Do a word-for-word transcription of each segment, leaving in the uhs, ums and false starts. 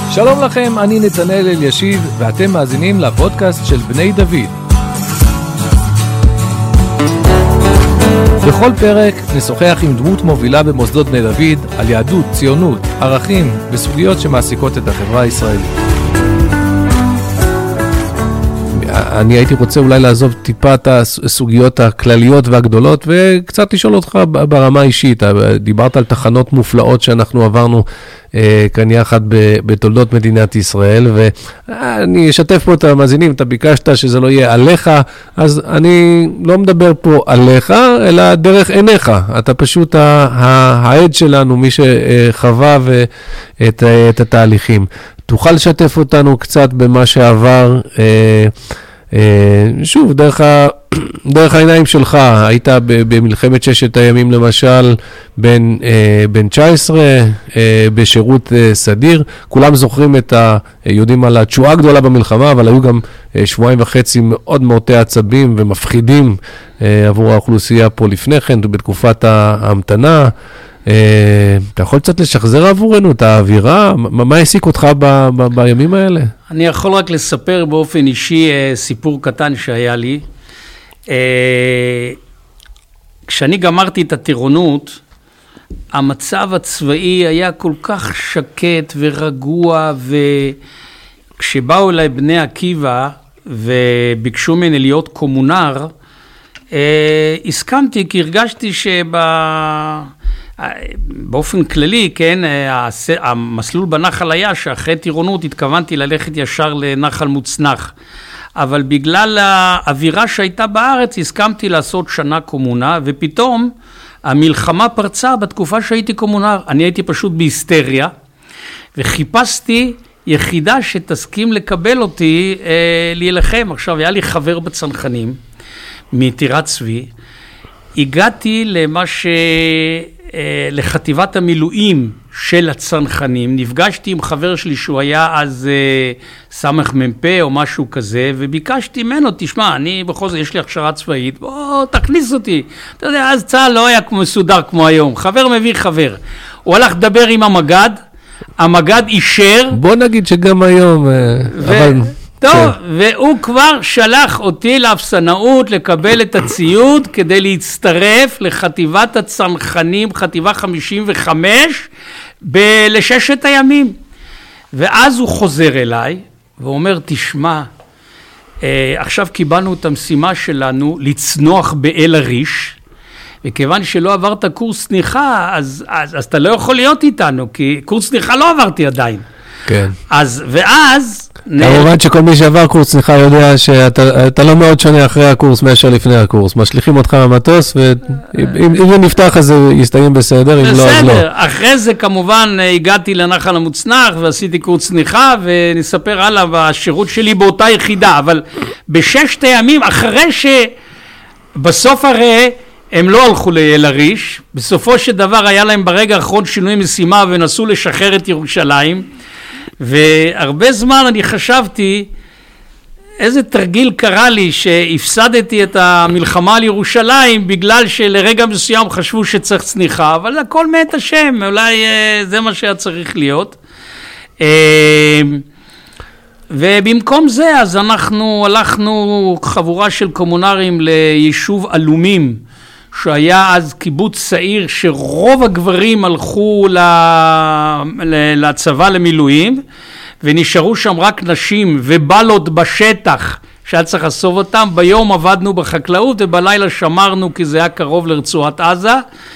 שלום לכם, אני נתנאל אלישיב, ואתם מאזינים לפודקאסט של בני דוד. בכל פרק נשוחח עם דמות מובילה במוסדות בני דוד על יהדות, ציונות, ערכים וסוגיות שמעסיקות את החברה הישראלית. אני הייתי רוצה אולי לעזוב טיפה את הסוגיות הכלליות והגדולות, וקצת לשאול אותך ברמה אישית. דיברת על תחנות מופלאות שאנחנו עברנו כאן יחד בתולדות מדינת ישראל, ואני אשתף פה את המאזינים. אתה ביקשת שזה לא יהיה עליך, אז אני לא מדבר פה עליך, אלא דרך עיניך. אתה פשוט העד שלנו, מי שחווה את, את התהליכים. תוכל לשתף אותנו קצת במה שעבר, שוב, דרך, ה, דרך העיניים שלך. היית במלחמת ששת הימים למשל, בין, בין תשע עשרה, בשירות סדיר. כולם זוכרים את ה... יודעים על התשועה הגדולה במלחמה, אבל היו גם שבועיים וחצי מאוד מוטי עצבים ומפחידים עבור האוכלוסייה פה לפני כן, בתקופת ההמתנה. אתה יכול קצת לשחזר עבורנו את האווירה? מה העסיק אותך ב- ב- בימים האלה? אני יכול רק לספר באופן אישי סיפור קטן שהיה לי. כשאני גמרתי את הטירונות, המצב הצבאי היה כל כך שקט ורגוע, וכשבאו אליי בני עקיבא וביקשו ממני להיות קומונר, הסכמתי כי הרגשתי שב... באופן כללי, כן, המסלול בנחל היה שאחרי טירונות התכוונתי ללכת ישר לנחל מוצנח. אבל בגלל האווירה שהייתה בארץ, הסכמתי לעשות שנה קומונה, ופתאום המלחמה פרצה בתקופה שהייתי קומונר. אני הייתי פשוט בהיסטריה, וחיפשתי יחידה שתסכים לקבל אותי אה, להילחם. עכשיו, היה לי חבר בצנחנים, מטירת צבי. הגעתי למה ש... לחטיבת המילואים של הצנחנים, נפגשתי עם חבר שלי שהוא היה אז סמך מ"פ או משהו כזה, וביקשתי ממנו, תשמע, אני בכל זאת יש לי הכשרה צבאית, בוא תכניס אותי. אתה יודע, אז צה"ל לא היה מסודר כמו היום, חבר מביא חבר. הוא הלך לדבר עם המג"ד, המג"ד אישר. בוא נגיד שגם היום, ו... אבל... טוב, כן. והוא כבר שלח אותי לאפסנאות לקבל את הציוד כדי להצטרף לחטיבת הצנחנים, חטיבה חמישים וחמש, ב- לששת הימים. ואז הוא חוזר אליי ואומר, תשמע, אה, עכשיו קיבלנו את המשימה שלנו לצנוח באל הריש, וכיוון שלא עברת קורס צניחה, אז, אז, אז אתה לא יכול להיות איתנו, כי קורס צניחה לא עברתי עדיין. כן. אז, ואז... כמובן שכל מי שעבר קורס צניחה יודע שאתה לא מאוד שונה אחרי הקורס מאשר לפני הקורס. משליחים אותך מהמטוס, ואם זה נפתח אז זה יסתיים בסדר, אם לא אז לא. בסדר, אחרי זה כמובן הגעתי לנחל המוצנח ועשיתי קורס צניחה, ונספר הלאה בשירות שלי באותה יחידה, אבל בששת הימים, אחרי שבסוף הרי הם לא הלכו לאל הריש, בסופו של דבר היה להם ברגע האחרון שינוי משימה ונסו לשחרר את ירושלים, והרבה זמן אני חשבתי איזה תרגיל קרה לי שהפסדתי את המלחמה על ירושלים בגלל שלרגע מסוים חשבו שצריך צניחה, אבל הכל מאת השם, אולי זה מה שהיה צריך להיות. ובמקום זה אז אנחנו הלכנו חבורה של קומונרים ליישוב אלומים, שהיה אז קיבוץ צעיר שרוב הגברים הלכו לצבא למילואים, ונשארו שם רק נשים ובלות בשטח שהיה צריך לסוב אותם. ביום עבדנו בחקלאות ובלילה שמרנו כי זה היה קרוב לרצועת עזה.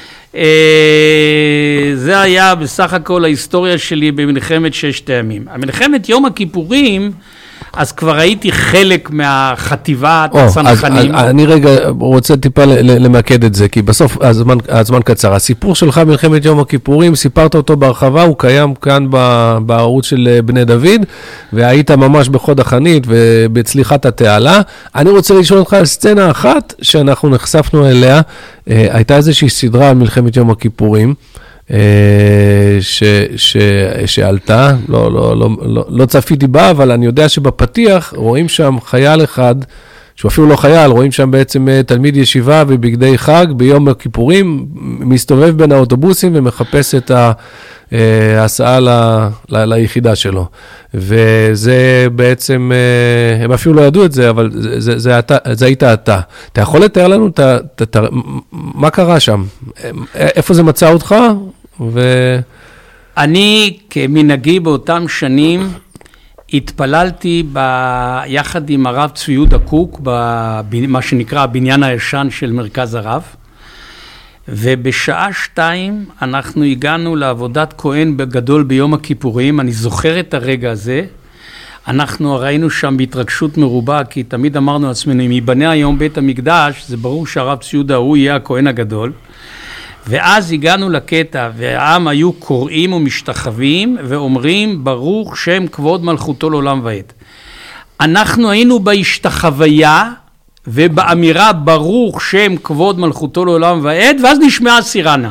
זה היה בסך הכל ההיסטוריה שלי במלחמת ששת הימים. המלחמת יום הכיפורים, אז כבר הייתי חלק מהחטיבת הצנחנים. אני רגע רוצה טיפה למקד את זה, כי בסוף הזמן קצר. הסיפור שלך מלחמת יום הכיפורים, סיפרת אותו בהרחבה, הוא קיים כאן בערוץ של בני דוד, והיית ממש בחוד החנית ובצליחת התעלה. אני רוצה לשאול אותך על סצנה אחת שאנחנו נחשפנו אליה, הייתה איזושהי סדרה על מלחמת יום הכיפורים, ש, ש, שעלתה, לא, לא, לא, לא, לא צפיתי בה, אבל אני יודע שבפתיח רואים שם חייל אחד, שהוא אפילו לא חייל, רואים שם בעצם תלמיד ישיבה ובגדי חג ביום הכיפורים, מסתובב בין האוטובוסים ומחפש את, ה, הסעה ל, ל, ליחידה שלו. וזה בעצם, הם אפילו לא ידעו את זה, אבל זה, זה, זה, אתה, זה היית אתה. אתה יכול לתאר לנו ת, ת, ת, מה קרה שם? איפה זה מצא אותך? ו... אני כמנהגי באותם שנים, התפללתי ב... יחד עם הרב צבי יהודה קוק, במה שנקרא הבניין הישן של מרכז הרב, ובשעה שתיים אנחנו הגענו לעבודת כהן בגדול ביום הכיפורים, אני זוכר את הרגע הזה, אנחנו ראינו שם בהתרגשות מרובה, כי תמיד אמרנו לעצמנו, אם ייבנה היום בית המקדש, זה ברור שהרב צבי יהודה הוא יהיה הכהן הגדול, ואז הגענו לקטע, והעם היו קוראים ומשתחווים, ואומרים, ברוך שם כבוד מלכותו לעולם ועד. אנחנו היינו בהשתחוויה, ובאמירה, ברוך שם כבוד מלכותו לעולם ועד, ואז נשמעה סירנה.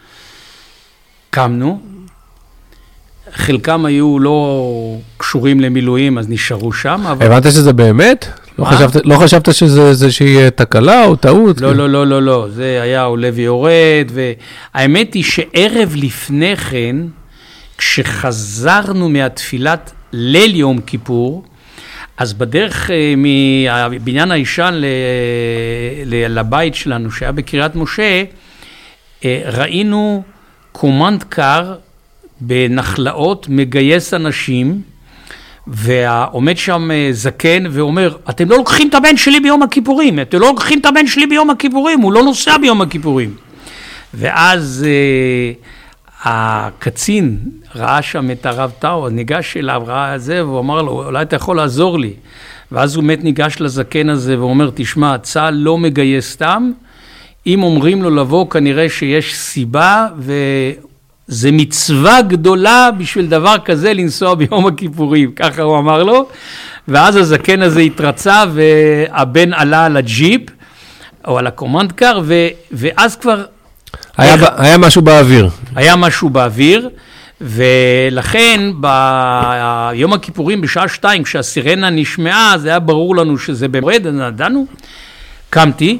קמנו, חלקם היו לא קשורים למילואים, אז נשארו שם. אבל... הבנת שזה באמת? לא חשבת, לא חשבת שזה איזושהי תקלה או טעות? לא, לא, לא, לא, לא. זה היה עולה ויורד, והאמת היא שערב לפני כן, כשחזרנו מהתפילת ליל יום כיפור, אז בדרך מבניין הישן לבית שלנו, שהיה בקריית משה, ראינו קומנד קר בנחלאות, מגייס אנשים, ועומד שם זקן ואומר, אתם לא לוקחים את הבן שלי ביום הכיפורים, אתם לא לוקחים את הבן שלי ביום הכיפורים, הוא לא נוסע ביום הכיפורים. ואז אה, הקצין ראה שם את הרב טאו, ניגש אליו, ראה את זה, והוא אמר לו, אולי אתה יכול לעזור לי. ואז הוא מת ניגש לזקן הזה ואומר, תשמע, צה"ל לא מגייס סתם, אם אומרים לו לבוא, כנראה שיש סיבה, ו... זה מצווה גדולה בשביל דבר כזה לנסוע ביום הכיפורים, ככה הוא אמר לו, ואז הזקן הזה התרצה והבן עלה על הג'יפ, או על הקומנד קר, ו- ואז כבר... היה, איך... היה משהו באוויר. היה משהו באוויר, ולכן ביום הכיפורים בשעה שתיים, כשהסירנה נשמעה, זה היה ברור לנו שזה במרד, נדענו, קמתי,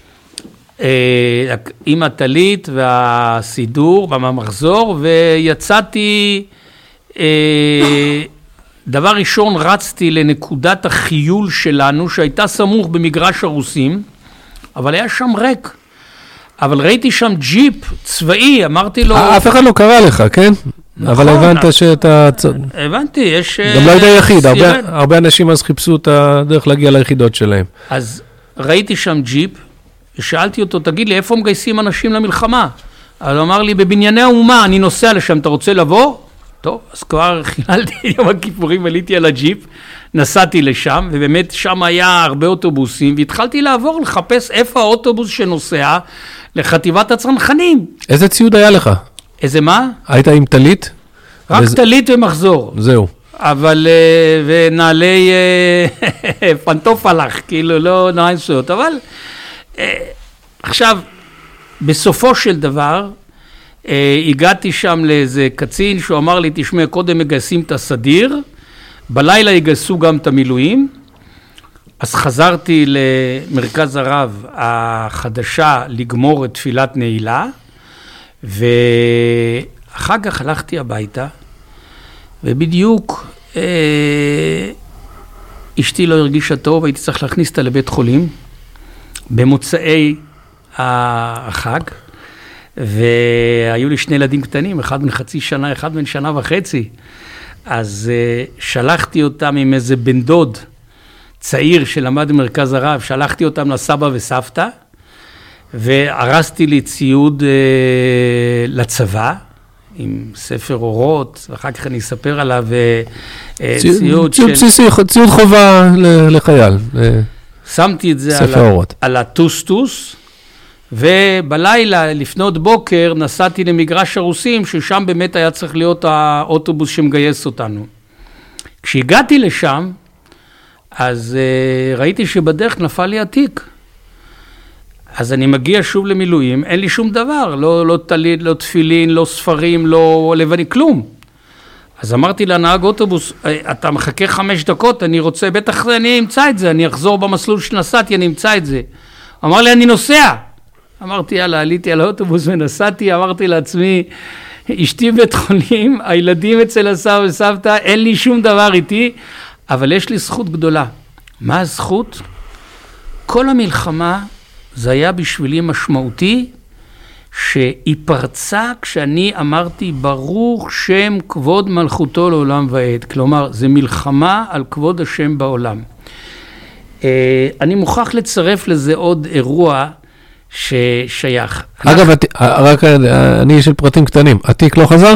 עם הטלית והסידור והמחזור, ויצאתי, דבר ראשון רצתי לנקודת החיול שלנו, שהייתה סמוך במגרש הרוסים, אבל היה שם ריק. אבל ראיתי שם ג'יפ צבאי, אמרתי לו... אף אחד לא קרא לך, כן? אבל הבנת שאתה... הבנתי, יש... גם לא היית יחיד, הרבה אנשים אז חיפשו את הדרך להגיע ליחידות שלהם. אז ראיתי שם ג'יפ, ושאלתי אותו, תגיד לי, איפה מגייסים אנשים למלחמה? אז הוא אמר לי, בבנייני האומה, אני נוסע לשם, אתה רוצה לבוא? טוב, אז כבר חיללתי יום הכיפורים, עליתי על הג'יפ, נסעתי לשם, ובאמת שם היה הרבה אוטובוסים, והתחלתי לעבור לחפש איפה האוטובוס שנוסע לחטיבת הצנחנים. איזה ציוד היה לך? איזה מה? היית עם טלית? רק וזה... טלית ומחזור. זהו. אבל, ונעלי פנטופלח, כאילו לא נעשות, אבל... עכשיו, בסופו של דבר, הגעתי שם לאיזה קצין שהוא אמר לי, תשמע, קודם מגייסים את הסדיר, בלילה יגייסו גם את המילואים, אז חזרתי למרכז הרב החדשה לגמור את תפילת נעילה, ואחר כך הלכתי הביתה, ובדיוק אה, אשתי לא הרגישה טוב, הייתי צריך להכניס אותה לבית חולים, במוצאי החג, והיו לי שני ילדים קטנים, אחד בן חצי שנה, אחד בן שנה וחצי, אז uh, שלחתי אותם עם איזה בן דוד צעיר שלמד במרכז הרב, שלחתי אותם לסבא וסבתא, והרסתי לי ציוד uh, לצבא, עם ספר אורות, ואחר כך אני אספר עליו uh, ציוד, ציוד של... בסיסי, ציוד חובה לחייל. שמתי את זה על, על הטוסטוס, ובלילה, לפנות בוקר, נסעתי למגרש הרוסים, ששם באמת היה צריך להיות האוטובוס שמגייס אותנו. כשהגעתי לשם, אז uh, ראיתי שבדרך נפל לי התיק. אז אני מגיע שוב למילואים, אין לי שום דבר, לא, לא תלית, לא תפילין, לא ספרים, לא לבני, כלום. אז אמרתי לנהג אוטובוס, אתה מחכה חמש דקות, אני רוצה, בטח אני אמצא את זה, אני אחזור במסלול שנסעתי, אני אמצא את זה. אמר לי, אני נוסע. אמרתי, יאללה, עליתי על האוטובוס ונסעתי, אמרתי לעצמי, אשתי בבית חולים, הילדים אצל הסבא וסבתא, אין לי שום דבר איתי, אבל יש לי זכות גדולה. מה הזכות? כל המלחמה זה היה בשבילי משמעותי, שהיא פרצה כשאני אמרתי ברוך שם כבוד מלכותו לעולם ועד. כלומר, זה מלחמה על כבוד השם בעולם. אני מוכרח לצרף לזה עוד אירוע ששייך. אגב, רק אני של פרטים קטנים, התיק לא חזר?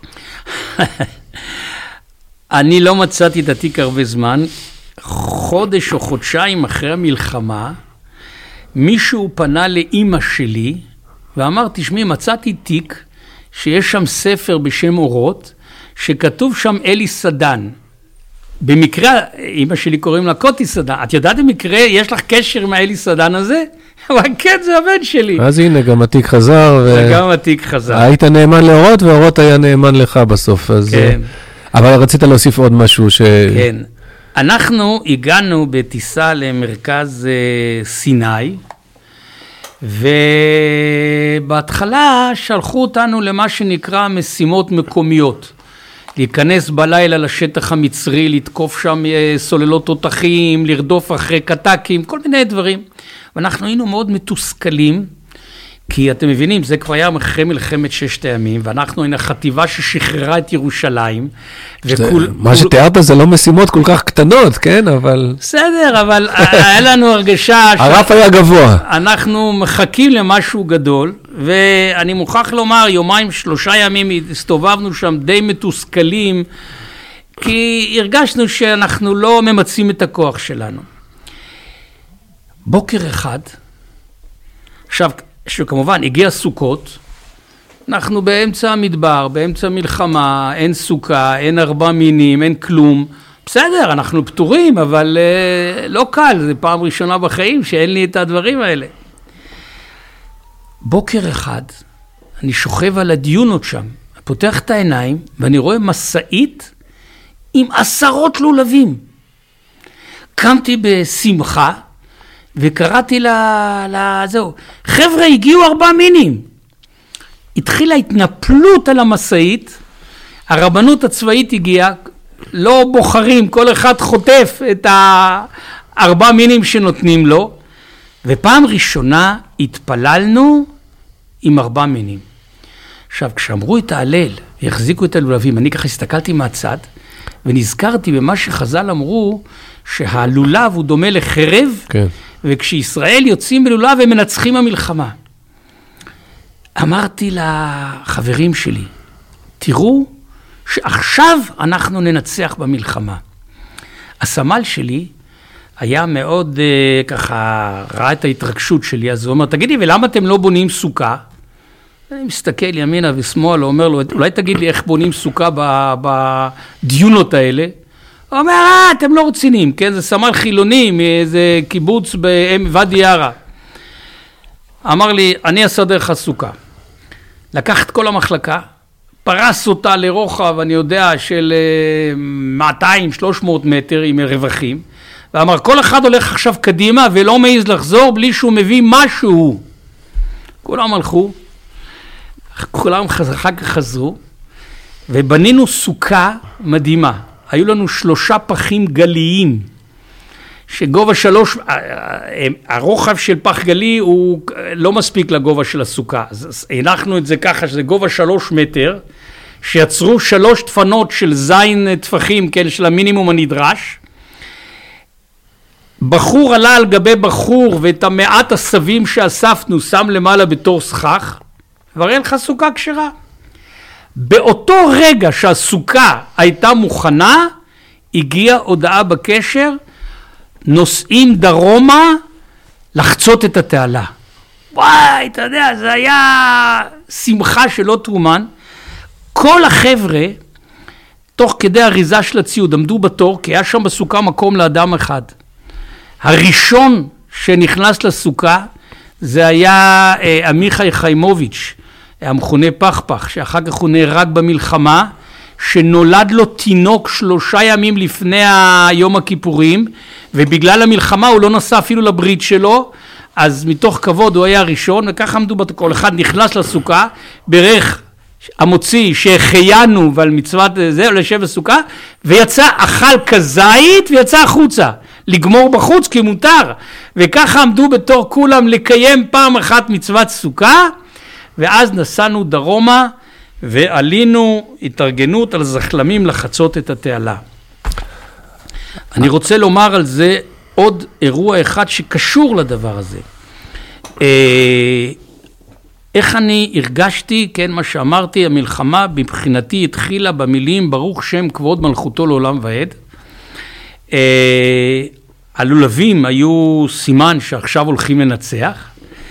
אני לא מצאתי את התיק הרבה זמן. חודש או חודשיים אחרי המלחמה, מישהו פנה לאמא שלי, ואמר, תשמעי, מצאתי תיק שיש שם ספר בשם אורות, שכתוב שם אלי סדן. במקרה, אמא שלי קוראים לה קוטי סדן. את יודעת במקרה, יש לך קשר עם האלי סדן הזה? אבל כן, זה הבן שלי. אז הנה, גם התיק חזר. וגם התיק חזר. היית נאמן לאורות, ואורות היה נאמן לך בסוף. כן. אבל רצית להוסיף עוד משהו ש... כן. אנחנו הגענו בטיסה למרכז סיני, ובהתחלה שלחו אותנו למה שנקרא משימות מקומיות. להיכנס בלילה לשטח המצרי, לתקוף שם סוללות תותחים, לרדוף אחרי קטקים, כל מיני דברים. ואנחנו היינו מאוד מתוסכלים, כי אתם מבינים, זה כבר היה אחרי מלחמת ששת הימים, ואנחנו היינו חטיבה ששחררה את ירושלים. וכול, מה כול... שתיארת זה לא משימות כל כך קטנות, כן? אבל... בסדר, אבל היה לנו הרגשה... הרף היה גבוה. אנחנו מחכים למשהו גדול, ואני מוכרח לומר, יומיים, שלושה ימים הסתובבנו שם די מתוסכלים, כי הרגשנו שאנחנו לא ממצים את הכוח שלנו. בוקר אחד, עכשיו, שכמובן הגיע סוכות, אנחנו באמצע המדבר, באמצע מלחמה, אין סוכה, אין ארבע מינים, אין כלום. בסדר, אנחנו פטורים, אבל אה, לא קל, זה פעם ראשונה בחיים שאין לי את הדברים האלה. בוקר אחד, אני שוכב על הדיונות שם, פותח את העיניים, ואני רואה מסעית עם עשרות לולבים. קמתי בשמחה, וקראתי לזהו, חבר'ה, הגיעו ארבע מינים. התחילה התנפלות על המסעית, הרבנות הצבאית הגיעה, לא בוחרים, כל אחד חוטף את הארבע מינים שנותנים לו, ופעם ראשונה התפללנו עם ארבע מינים. עכשיו, כשאמרו את ההלל, החזיקו את הלולבים, אני ככה הסתכלתי מהצד, ונזכרתי במה שחז"ל אמרו, שהלולב הוא דומה לחרב, כן. וכשישראל יוצאים בלולב הם מנצחים המלחמה. אמרתי לחברים שלי, תראו שעכשיו אנחנו ננצח במלחמה. הסמל שלי היה מאוד uh, ככה, ראה את ההתרגשות שלי, אז הוא אומר, תגידי, ולמה אתם לא בונים סוכה? אני מסתכל ימינה ושמאל, הוא אומר לו, אולי תגיד לי איך בונים סוכה בדיונות האלה? הוא אומר, אה, אתם לא רציניים, כן? זה סמל חילוני מאיזה קיבוץ בוואדי ערה. אמר לי, אני אעשה דרך הסוכה. לקח את כל המחלקה, פרס אותה לרוחב, אני יודע, של מאתיים שלוש מאות מטר עם רווחים, ואמר, כל אחד הולך עכשיו קדימה ולא מעז לחזור בלי שהוא מביא משהו. כולם הלכו, כולם אחר כך חזרו, ובנינו סוכה מדהימה. היו לנו שלושה פחים גליים, שגובה שלוש, הרוחב של פח גלי הוא לא מספיק לגובה של הסוכה. אז הנחנו את זה ככה, שזה גובה שלוש מטר, שיצרו שלוש דפנות של זין טפחים, כן, של המינימום הנדרש. בחור עלה על גבי בחור, ואת המעט הסבים שאספנו שם למעלה בתור סכך, והרי לך סוכה כשרה. באותו רגע שהסוכה הייתה מוכנה, הגיעה הודעה בקשר, נוסעים דרומה לחצות את התעלה. וואי, אתה יודע, זה היה שמחה שלא תרומן. כל החבר'ה, תוך כדי אריזה של הציוד, עמדו בתור, כי היה שם בסוכה מקום לאדם אחד. הראשון שנכנס לסוכה, זה היה אה, עמיחי חיימוביץ', המכונה פחפח, שאחר כך הוא נהרג במלחמה, שנולד לו תינוק שלושה ימים לפני היום הכיפורים, ובגלל המלחמה הוא לא נסע אפילו לברית שלו, אז מתוך כבוד הוא היה הראשון, וככה עמדו, כל אחד נכנס לסוכה, ברך המוציא שהחיינו ועל מצוות זה, לשב בסוכה, ויצא אכל כזית ויצא החוצה, לגמור בחוץ כי מותר, וככה עמדו בתור כולם לקיים פעם אחת מצוות סוכה, ואז נסענו דרומה, ועלינו התארגנות על זחלמים לחצות את התעלה. אני רוצה לומר על זה עוד אירוע אחד שקשור לדבר הזה. איך אני הרגשתי, כן, מה שאמרתי, המלחמה מבחינתי התחילה במילים ברוך שם כבוד מלכותו לעולם ועד. הלולבים היו סימן שעכשיו הולכים לנצח.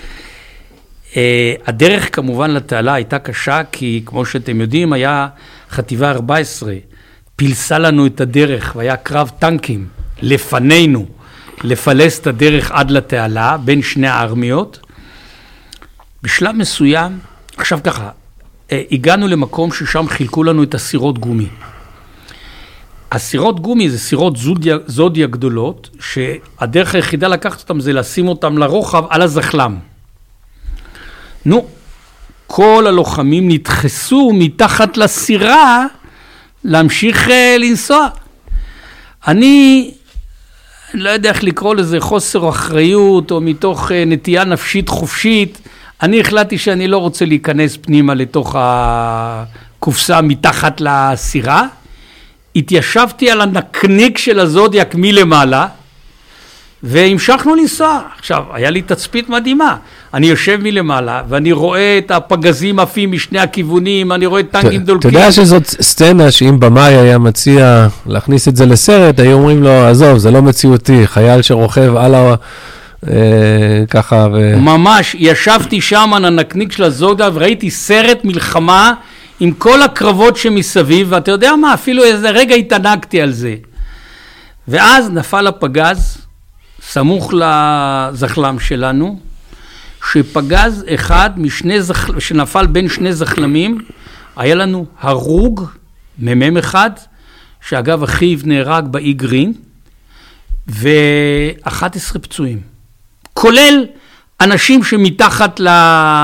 הדרך כמובן לתעלה הייתה קשה, כי כמו שאתם יודעים, היה חטיבה ארבע עשרה, פילסה לנו את הדרך, והיה קרב טנקים לפנינו, לפלס את הדרך עד לתעלה, בין שני הארמיות. בשלב מסוים, עכשיו ככה, הגענו למקום ששם חילקו לנו את הסירות גומי. הסירות גומי זה סירות זודיה, זודיה גדולות, שהדרך היחידה לקחת אותם זה לשים אותם לרוחב על הזחלם. נו, כל הלוחמים נדחסו מתחת לסירה להמשיך לנסוע. אני לא יודע איך לקרוא לזה, חוסר אחריות או מתוך נטייה נפשית חופשית, אני החלטתי שאני לא רוצה להיכנס פנימה לתוך הקופסה מתחת לסירה, התיישבתי על הנקניק של הזודיאק מלמעלה, והמשכנו לנסוע. עכשיו, היה לי תצפית מדהימה. אני יושב מלמעלה, ואני רואה את הפגזים עפים משני הכיוונים, אני רואה טנקים דולקים. אתה יודע שזאת סצנה שאם במאי היה מציע להכניס את זה לסרט, היו אומרים לו, עזוב, זה לא מציאותי, חייל שרוכב על ה... ככה ו... ממש, ישבתי שם על הנקניק של הזודה, וראיתי סרט מלחמה עם כל הקרבות שמסביב, ואתה יודע מה, אפילו איזה רגע התענקתי על זה. ואז נפל הפגז, סמוך לזחלם שלנו, שפגז אחד משני זחל... שנפל בין שני זחלמים, היה לנו הרוג, ממם אחד, שאגב אחיו נהרג באי גרין, ו-אחד עשר פצועים, כולל אנשים שמתחת ל...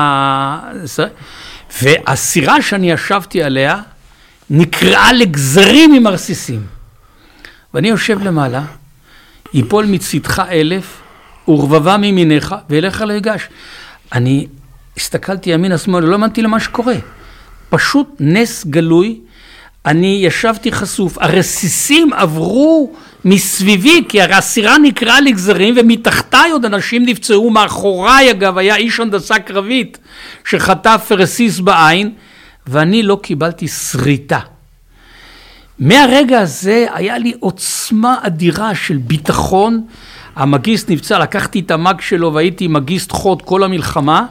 והסירה שאני ישבתי עליה, נקראה לגזרים עם הרסיסים. ואני יושב למעלה, ייפול מצדך אלף, ורבבה מימיניך, ואליך לא ייגש. אני הסתכלתי ימין השמאל, לא האמנתי למה שקורה. פשוט נס גלוי, אני ישבתי חשוף, הרסיסים עברו מסביבי, כי הסירה נקראה לגזרים, ומתחתיי עוד אנשים נפצעו, מאחוריי אגב היה איש הנדסה קרבית, שחטף רסיס בעין, ואני לא קיבלתי שריטה. מהרגע הזה היה לי עוצמה אדירה של ביטחון, המגיסט נפצע, לקחתי את המג שלו והייתי מגיסט חוד כל המלחמה,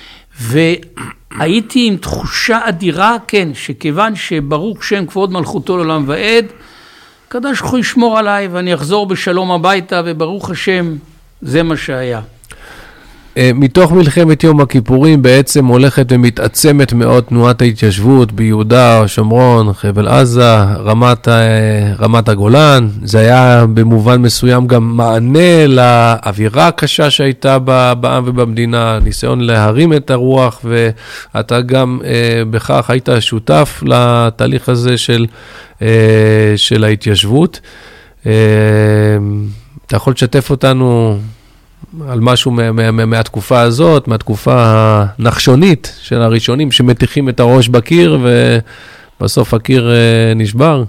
והייתי עם תחושה אדירה, כן, שכיוון שברוך שם כבוד מלכותו לעולם ועד, הקדוש ברוך הוא ישמור עליי ואני אחזור בשלום הביתה, וברוך השם, זה מה שהיה. מתוך מלחמת יום הכיפורים בעצם הולכת ומתעצמת מאוד תנועת ההתיישבות ביהודה, שומרון, חבל עזה, רמת, רמת הגולן. זה היה במובן מסוים גם מענה לאווירה הקשה שהייתה בעם ובמדינה, ניסיון להרים את הרוח, ואתה גם בכך היית שותף לתהליך הזה של, של ההתיישבות. אתה יכול לשתף אותנו על משהו מה, מה, מה, מהתקופה הזאת, מהתקופה הנחשונית של הראשונים שמתיחים את הראש בקיר ובסוף הקיר נשבר?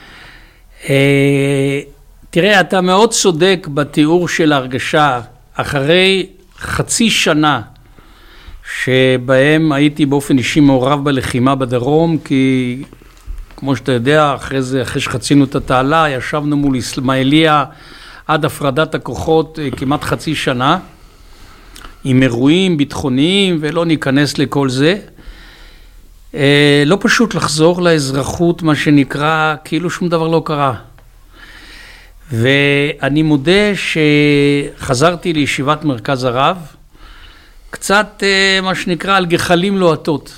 תראה, אתה מאוד צודק בתיאור של ההרגשה. אחרי חצי שנה שבהם הייתי באופן אישי מעורב בלחימה בדרום, כי כמו שאתה יודע, אחרי זה, אחרי שחצינו את התעלה, ישבנו מול איסמעיליה, עד הפרדת הכוחות כמעט חצי שנה, עם אירועים ביטחוניים, ולא ניכנס לכל זה. לא פשוט לחזור לאזרחות, מה שנקרא, כאילו שום דבר לא קרה. ואני מודה שחזרתי לישיבת מרכז הרב, קצת מה שנקרא על גחלים לוהטות.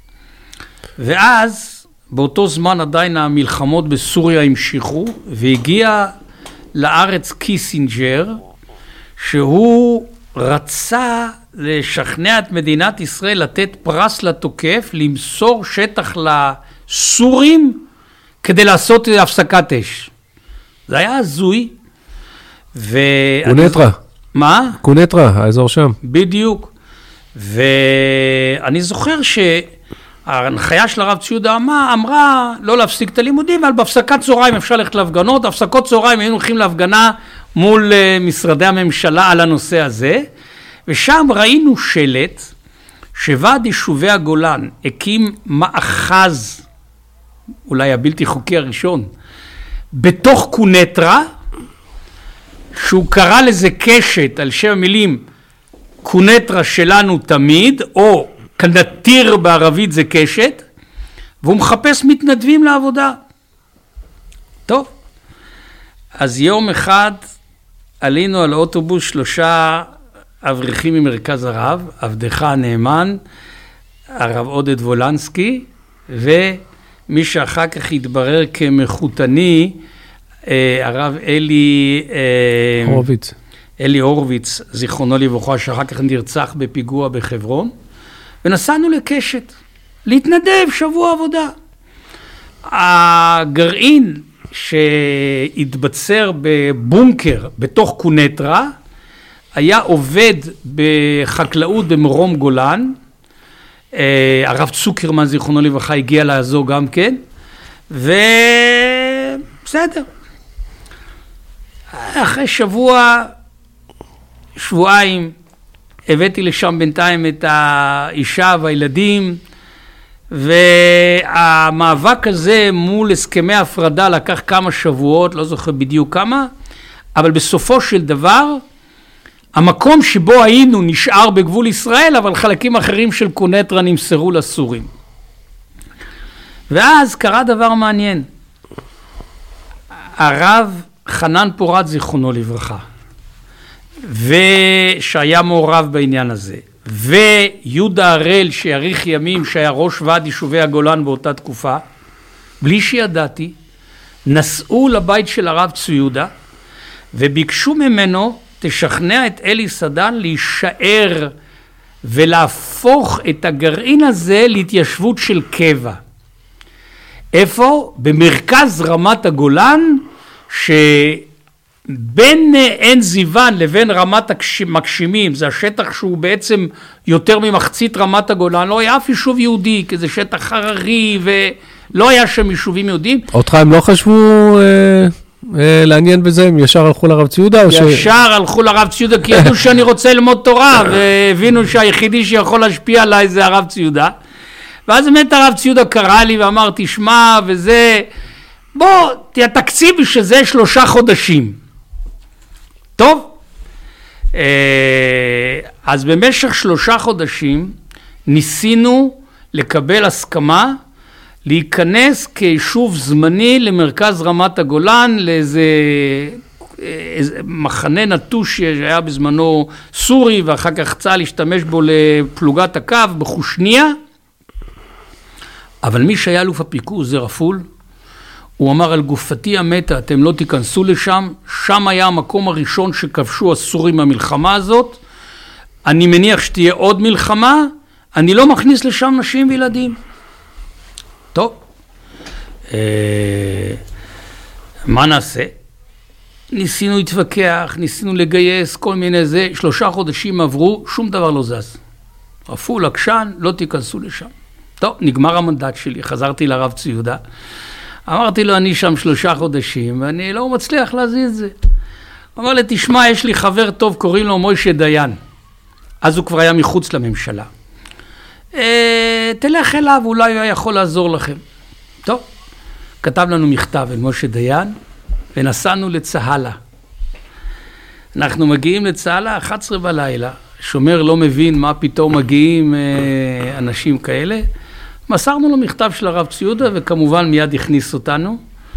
ואז, באותו זמן עדיין המלחמות בסוריה המשיכו, והגיע לארץ קיסינג'ר, שהוא רצה לשכנע את מדינת ישראל לתת פרס לתוקף, למסור שטח לסורים כדי לעשות הפסקת אש. זה היה הזוי. ו... קונטרה. מה? קונטרה, האזור שם. בדיוק. ואני זוכר שההנחיה של הרב ציודה אמרה לא להפסיק את הלימודים, אבל בהפסקת צהריים אפשר ללכת להפגנות. הפסקות צהריים היינו הולכים להפגנה מול משרדי הממשלה על הנושא הזה, ושם ראינו שלט שוועד יישובי הגולן הקים מאחז, אולי הבלתי חוקי הראשון, בתוך קונטרה, שהוא קרא לזה קשת על שם המילים קונטרה שלנו תמיד, או קנטיר בערבית זה קשת, והוא מחפש מתנדבים לעבודה. טוב, אז יום אחד עלינו על אוטובוס שלושה אברכים ממרכז הרב, עבדך הנאמן, הרב עודד וולנסקי, ומי שאחר כך התברר כמחותני, הרב אלי הורוביץ. אלי הורוביץ, זיכרונו לברכה, שאחר כך נרצח בפיגוע בחברון, ונסענו לקשת, להתנדב שבוע עבודה. הגרעין שהתבצר בבונקר בתוך קונטרה, היה עובד בחקלאות במרום גולן, הרב צוקרמן זיכרונו לברכה הגיע לעזור גם כן, ובסדר. אחרי שבוע, שבועיים, הבאתי לשם בינתיים את האישה והילדים, והמאבק הזה מול הסכמי הפרדה לקח כמה שבועות, לא זוכר בדיוק כמה, אבל בסופו של דבר, המקום שבו היינו נשאר בגבול ישראל, אבל חלקים אחרים של קונטרה נמסרו לסורים. ואז קרה דבר מעניין. הרב חנן פורת זיכרונו לברכה, ושהיה מעורב בעניין הזה, ויהודה הראל שיאריך ימים שהיה ראש ועד יישובי הגולן באותה תקופה, בלי שידעתי, נסעו לבית של הרב ציודה, וביקשו ממנו, תשכנע את אלי סדן להישאר ולהפוך את הגרעין הזה להתיישבות של קבע. איפה? במרכז רמת הגולן, שבין עין זיוון לבין רמת המגשימים, זה השטח שהוא בעצם יותר ממחצית רמת הגולן, לא היה אף יישוב יהודי, כי זה שטח הררי ולא היה שם יישובים יהודים. אותך הם לא חשבו אה, אה, לעניין בזה, הם ישר הלכו לרב ציודה? ישר ש... הלכו לרב ציודה, כי ידעו שאני רוצה ללמוד תורה, והבינו שהיחידי שיכול להשפיע עליי זה הרב ציודה. ואז באמת הרב ציודה קרא לי ואמר, תשמע, וזה, בוא, התקציב שזה שלושה חודשים. טוב, אז במשך שלושה חודשים ניסינו לקבל הסכמה להיכנס כיישוב זמני למרכז רמת הגולן, לאיזה מחנה נטוש שהיה בזמנו סורי, ואחר כך צה"ל השתמש בו לפלוגת הקו בחושניה. אבל מי שהיה אלוף הפיקוד זה רפול, הוא אמר על גופתי המתה, אתם לא תיכנסו לשם, שם היה המקום הראשון שכבשו הסורים המלחמה הזאת, אני מניח שתהיה עוד מלחמה, אני לא מכניס לשם נשים וילדים. טוב, אה, מה נעשה? ניסינו להתווכח, ניסינו לגייס כל מיני זה, שלושה חודשים עברו, שום דבר לא זז. רפול, עקשן, לא תיכנסו לשם. טוב, נגמר המנדט שלי, חזרתי לרב ציודה, אמרתי לו, אני שם שלושה חודשים, ואני לא מצליח להזיז את זה. הוא אמר לי, תשמע, יש לי חבר טוב, קוראים לו מוישה דיין. אז הוא כבר היה מחוץ לממשלה. אה, תלך אליו, אולי הוא יכול לעזור לכם. טוב, כתב לנו מכתב אל מוישה דיין, ונסענו לצהלה. אנחנו מגיעים לצהלה, אחת עשרה בלילה, שומר לא מבין מה פתאום מגיעים אה, אנשים כאלה, מסרנו לו מכתב של הרב ציודה, וכמובן מיד הכניס אותנו,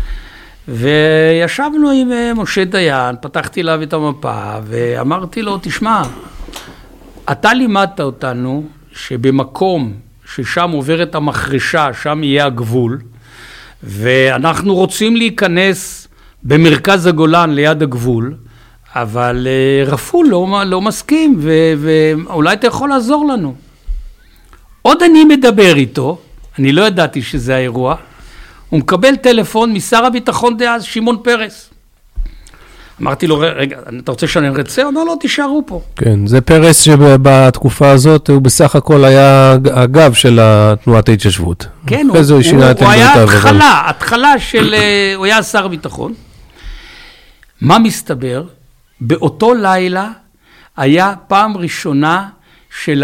וישבנו עם משה דיין, פתחתי אליו את המפה, ואמרתי לו, תשמע, אתה לימדת אותנו, שבמקום ששם עוברת המחרשה, שם יהיה הגבול, ואנחנו רוצים להיכנס במרכז הגולן ליד הגבול, אבל רפול לא, לא מסכים, ו, ואולי אתה יכול לעזור לנו. עוד אני מדבר איתו, אני לא ידעתי שזה האירוע, הוא מקבל טלפון משר הביטחון דאז, שמעון פרס. אמרתי לו, רגע, אתה רוצה שאני ארצה? הוא אומר, לא, תישארו פה. כן, זה פרס שבתקופה הזאת הוא בסך הכל היה הגב של תנועת ההתיישבות. כן, הוא, הוא, הוא, הוא היה התחלה, התחלה של, הוא היה שר ביטחון. מה מסתבר? באותו לילה היה פעם ראשונה של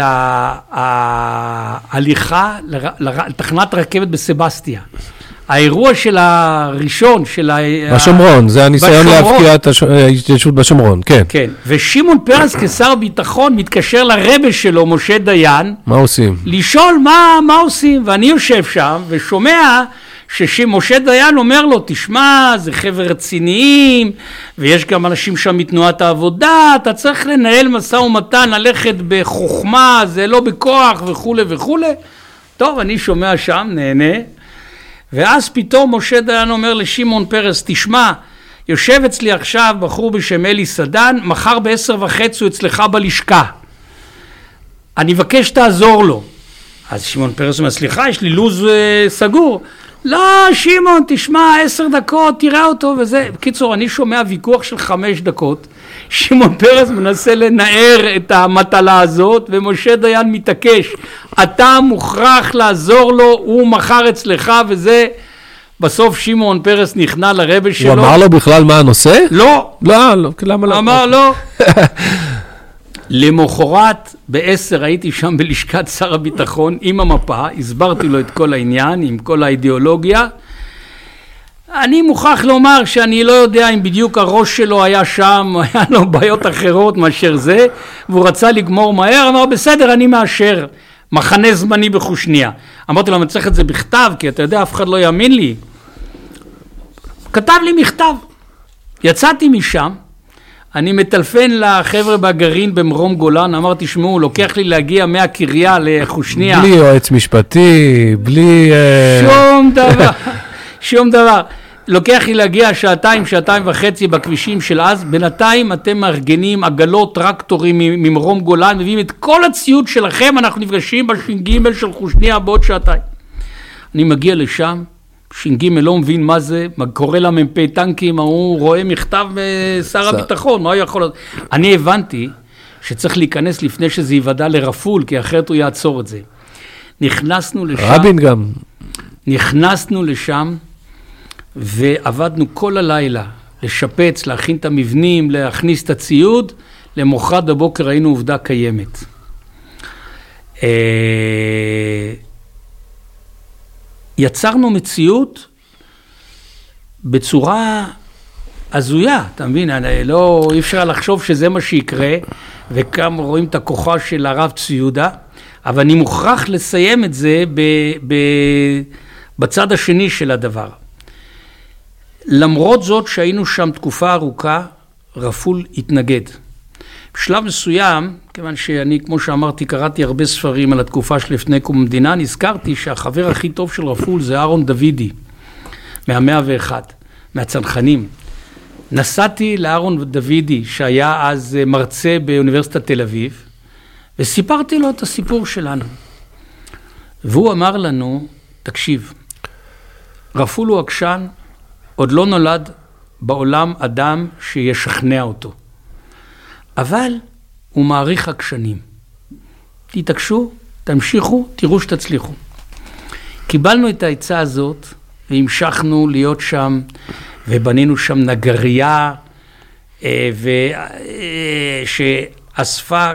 ההליכה לתחנת רכבת בסבסטיה. האירוע של הראשון, של בשומרון, זה הניסיון להפקיע את ההתיישבות בשומרון, כן. כן, ושמעון פרס כשר ביטחון מתקשר לרבא שלו, משה דיין. מה עושים? לשאול מה, מה עושים, ואני יושב שם ושומע שמשה דיין אומר לו, תשמע, זה חבר'ה רציניים, ויש גם אנשים שם מתנועת העבודה, אתה צריך לנהל משא ומתן, ללכת בחוכמה, זה לא בכוח וכו' וכו'. טוב, אני שומע שם, נהנה. ואז פתאום משה דיין אומר לשמעון פרס, תשמע, יושב אצלי עכשיו בחור בשם אלי סדן, מחר בעשר וחצי הוא אצלך בלשכה. אני מבקש תעזור לו. אז שמעון פרס אומר, סליחה, יש לי לוז אה, סגור. לא, שמעון, תשמע, עשר דקות, תראה אותו וזה. בקיצור, אני שומע ויכוח של חמש דקות. שמעון פרס מנסה לנער את המטלה הזאת, ומשה דיין מתעקש. אתה מוכרח לעזור לו, הוא מחר אצלך, וזה... בסוף שמעון פרס נכנע לרבא שלו. הוא אמר לו בכלל מה הנושא? לא. לא, לא, למה לא? אמר לא. למחרת בעשר הייתי שם בלשכת שר הביטחון עם המפה, הסברתי לו את כל העניין, עם כל האידיאולוגיה. אני מוכרח לומר שאני לא יודע אם בדיוק הראש שלו היה שם, היה לו בעיות אחרות מאשר זה, והוא רצה לגמור מהר, אמר בסדר, אני מאשר, מחנה זמני בחושניה. אמרתי לו, אני צריך את זה בכתב, כי אתה יודע, אף אחד לא יאמין לי. כתב לי מכתב. יצאתי משם, אני מטלפן לחבר'ה בגרעין במרום גולן, אמרתי, תשמעו, לוקח לי להגיע מהקריה לחושניה. בלי יועץ משפטי, בלי... שום דבר, שום דבר. לוקח לי להגיע שעתיים, שעתיים וחצי בכבישים של אז, בינתיים אתם מארגנים עגלות, טרקטורים ממרום גולן, מביאים את כל הציוד שלכם, אנחנו נפגשים בש"ג של חושניה בעוד שעתיים. אני מגיע לשם, ש"ג לא מבין מה זה, קורא למ"פ טנקים, הוא רואה מכתב שר הביטחון, מה הוא יכול... אני הבנתי שצריך להיכנס לפני שזה יוודע לרפול, כי אחרת הוא יעצור את זה. נכנסנו לשם... רבין גם. נכנסנו לשם, ועבדנו כל הלילה לשפץ, להכין את המבנים, להכניס את הציוד, למחרת בבוקר היינו עובדה קיימת. יצרנו מציאות בצורה הזויה, אתה מבין? לא, אי אפשר לחשוב שזה מה שיקרה, וכאן רואים את הכוחה של הרב ציודה, אבל אני מוכרח לסיים את זה ב, ב, בצד השני של הדבר. למרות זאת שהיינו שם תקופה ארוכה, רפול התנגד. בשלב מסוים, כיוון שאני, כמו שאמרתי, קראתי הרבה ספרים על התקופה שלפני קום המדינה, נזכרתי שהחבר הכי טוב של רפול זה אהרון דוידי, מהמאה ואחת, מהצנחנים. נסעתי לאהרון דוידי, שהיה אז מרצה באוניברסיטת תל אביב, וסיפרתי לו את הסיפור שלנו. והוא אמר לנו, תקשיב, רפול הוא עקשן, עוד לא נולד בעולם אדם שישכנע אותו. אבל הוא מעריך עקשנים. תתעקשו, תמשיכו, תראו שתצליחו. קיבלנו את העצה הזאת, והמשכנו להיות שם, ובנינו שם נגרייה, ושאספה,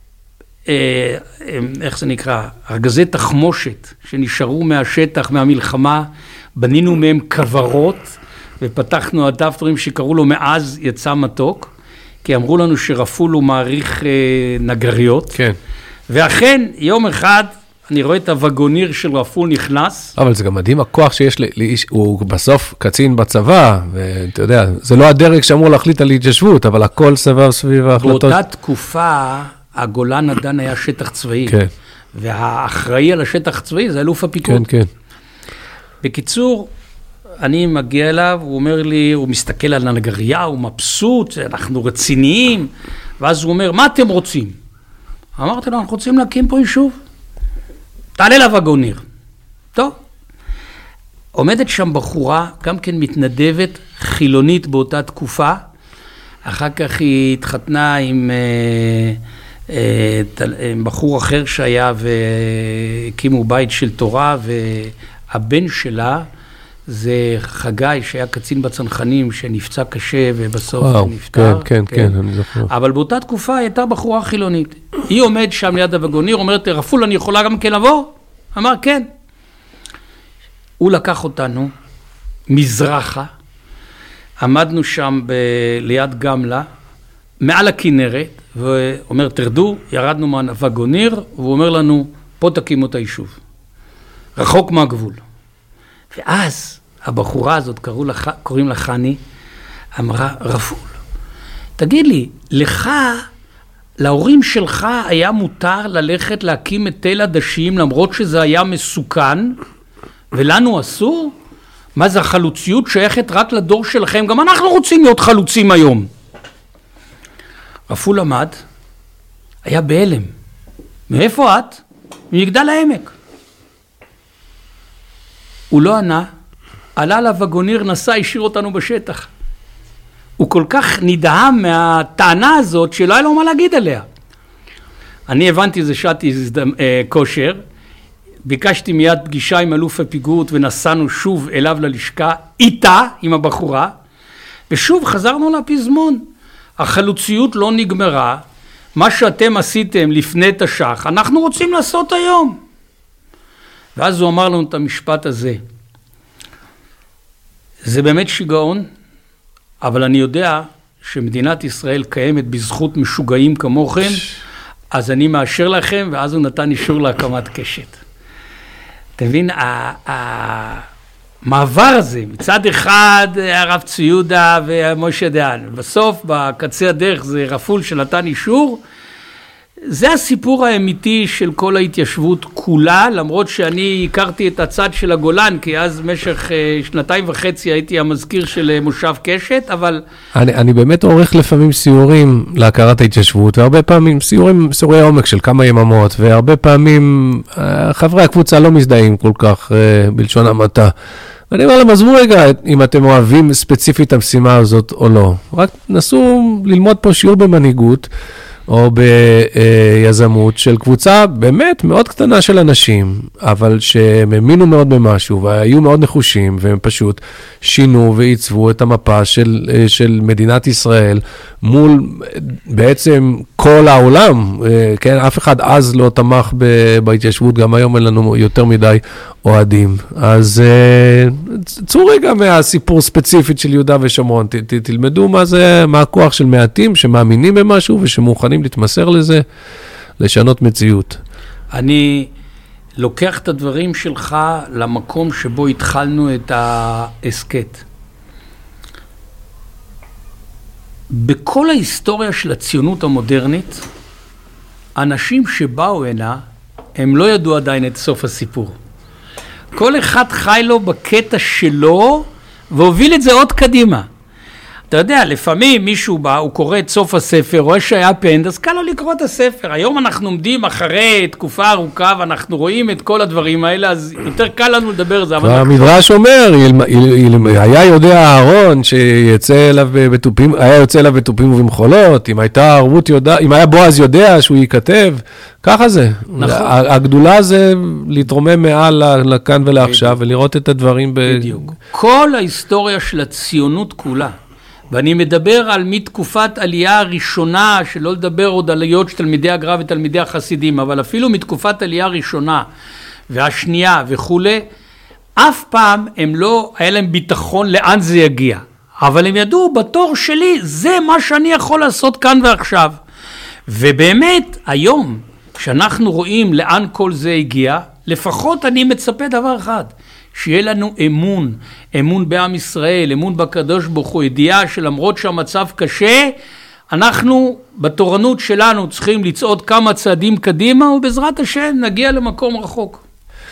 איך זה נקרא, ארגזי תחמושת, שנשארו מהשטח, מהמלחמה, בנינו מהם כברות, ופתחנו הדפטורים שקראו לו מאז יצא מתוק, כי אמרו לנו שרפול הוא מעריך אה, נגריות. כן. ואכן, יום אחד, אני רואה את הווגוניר של רפול נכנס. אבל זה גם מדהים, הכוח שיש לאיש, הוא בסוף קצין בצבא, ואתה יודע, זה לא הדרג שאמור להחליט על התיישבות, אבל הכל סבב סביב ההחלטות. באותה תקופה, הגולן עדיין היה שטח צבאי. כן. והאחראי על השטח הצבאי זה אלוף הפיקוד. כן, כן. בקיצור, אני מגיע אליו, הוא אומר לי, הוא מסתכל על הנגריה, הוא מבסוט, אנחנו רציניים, ואז הוא אומר, מה אתם רוצים? אמרתי לו, אנחנו רוצים להקים פה יישוב. תעלה לווגוניר. טוב. עומדת שם בחורה, גם כן מתנדבת, חילונית באותה תקופה, אחר כך היא התחתנה עם, אה, אה, עם בחור אחר שהיה והקימו בית של תורה, והבן שלה זה חגי שהיה קצין בצנחנים שנפצע קשה ובסוף וואו, נפטר. כן, כן, כן, אני זוכר. אבל באותה תקופה היא הייתה בחורה חילונית. היא עומד שם ליד הווגוניר, אומרת, רפול, אני יכולה גם כן לבוא? אמר, כן. הוא לקח אותנו מזרחה, עמדנו שם ב- ליד גמלה, מעל הכנרת, ואומר, תרדו, ירדנו מהווגוניר, והוא אומר לנו, פה תקימו את היישוב. רחוק מהגבול. ואז הבחורה הזאת, קראו לה, קוראים לה חני, אמרה, רפול, תגיד לי, לך, להורים שלך היה מותר ללכת להקים את תל עדשים, למרות שזה היה מסוכן, ולנו אסור? מה זה החלוציות שייכת רק לדור שלכם? גם אנחנו רוצים להיות חלוצים היום. רפול עמד, היה בהלם. מאיפה את? ממגדל העמק. הוא לא ענה, עלה לווגוניר, נסע, השאיר אותנו בשטח. הוא כל כך נדהם מהטענה הזאת שלא היה לו מה להגיד עליה. אני הבנתי זה שעתי כושר, ביקשתי מיד פגישה עם אלוף הפיגורת ונסענו שוב אליו ללשכה, איתה, עם הבחורה, ושוב חזרנו לפזמון. החלוציות לא נגמרה, מה שאתם עשיתם לפני תש"ח, אנחנו רוצים לעשות היום. ואז הוא אמר לנו את המשפט הזה, זה באמת שיגעון, אבל אני יודע שמדינת ישראל קיימת בזכות משוגעים כמוכם, אז אני מאשר לכם, ואז הוא נתן אישור להקמת קשת. אתה מבין, המעבר הזה, מצד אחד הרב ציודה ומשה דיין, בסוף בקצה הדרך זה רפול שנתן אישור, זה הסיפור האמיתי של כל ההתיישבות כולה, למרות שאני הכרתי את הצד של הגולן, כי אז במשך שנתיים וחצי הייתי המזכיר של מושב קשת, אבל... אני, אני באמת עורך לפעמים סיורים להכרת ההתיישבות, והרבה פעמים סיורים, סיורי עומק של כמה יממות, והרבה פעמים חברי הקבוצה לא מזדהים כל כך בלשון המעטה. ואני אומר להם, עזבו רגע אם אתם אוהבים ספציפית את המשימה הזאת או לא. רק נסו ללמוד פה שיעור במנהיגות, או ביזמות של קבוצה באמת מאוד קטנה של אנשים, אבל שהם האמינו מאוד במשהו, והיו מאוד נחושים, והם פשוט שינו ועיצבו את המפה של, של מדינת ישראל, מול בעצם כל העולם, כן, אף אחד אז לא תמך בהתיישבות, גם היום אין לנו יותר מדי אוהדים. אז צאו רגע מהסיפור ספציפית של יהודה ושומרון, ת, ת, תלמדו מה זה, מה הכוח של מעטים שמאמינים במשהו ושמוכנים להתמסר לזה, לשנות מציאות. אני לוקח את הדברים שלך למקום שבו התחלנו את העסקת. בכל ההיסטוריה של הציונות המודרנית, אנשים שבאו הנה, הם לא ידעו עדיין את סוף הסיפור. כל אחד חי לו בקטע שלו, והוביל את זה עוד קדימה. אתה יודע, לפעמים מישהו בא, הוא קורא את סוף הספר, רואה שהיה פנד, אז קל לו לקרוא את הספר. היום אנחנו עומדים אחרי תקופה ארוכה, ואנחנו רואים את כל הדברים האלה, אז יותר קל לנו לדבר על זה. והמדרש אומר, היה יודע אהרון שיצא אליו בתופים, היה יוצא אליו בתופים ובמחולות, אם הייתה ערבות יודע, אם היה בועז יודע שהוא ייכתב, ככה זה. נכון. הגדולה זה להתרומם מעל לכאן ולעכשיו, ולראות את הדברים בדיוק. כל ההיסטוריה של הציונות כולה, ואני מדבר על מתקופת עלייה הראשונה, שלא לדבר עוד עליות של תלמידי הגר"א ותלמידי החסידים, אבל אפילו מתקופת עלייה הראשונה והשנייה וכו', אף פעם הם לא, היה להם ביטחון לאן זה יגיע. אבל הם ידעו, בתור שלי, זה מה שאני יכול לעשות כאן ועכשיו. ובאמת, היום, כשאנחנו רואים לאן כל זה הגיע, לפחות אני מצפה דבר אחד, שיהיה לנו אמון, אמון בעם ישראל, אמון בקדוש ברוך הוא, ידיעה שלמרות שהמצב קשה, אנחנו בתורנות שלנו צריכים לצעוד כמה צעדים קדימה, ובעזרת השם נגיע למקום רחוק.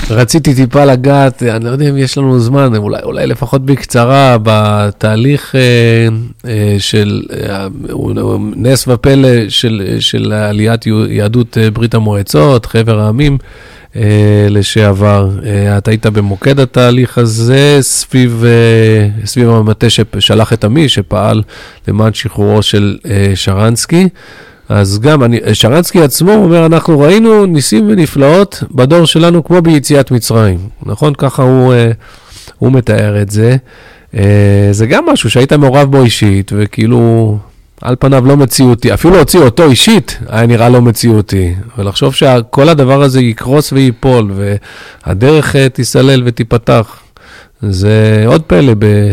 רציתי טיפה לגעת, אני לא יודע אם יש לנו זמן, אולי, אולי לפחות בקצרה, בתהליך אה, אה, של אה, נס ופלא של, של עליית יהדות ברית המועצות, חבר העמים אה, לשעבר. אה, אתה היית במוקד התהליך הזה, סביב, אה, סביב המטה ששלח את עמי, שפעל למען שחרורו של אה, שרנסקי. אז גם, אני, שרנסקי עצמו אומר, אנחנו ראינו ניסים ונפלאות בדור שלנו כמו ביציאת מצרים. נכון? ככה הוא, הוא מתאר את זה. זה גם משהו שהיית מעורב בו אישית, וכאילו, על פניו לא מציאותי. אפילו להוציא אותו אישית, היה נראה לא מציאותי. ולחשוב שכל הדבר הזה יקרוס ויפול, והדרך תיסלל ותיפתח. זה עוד פלא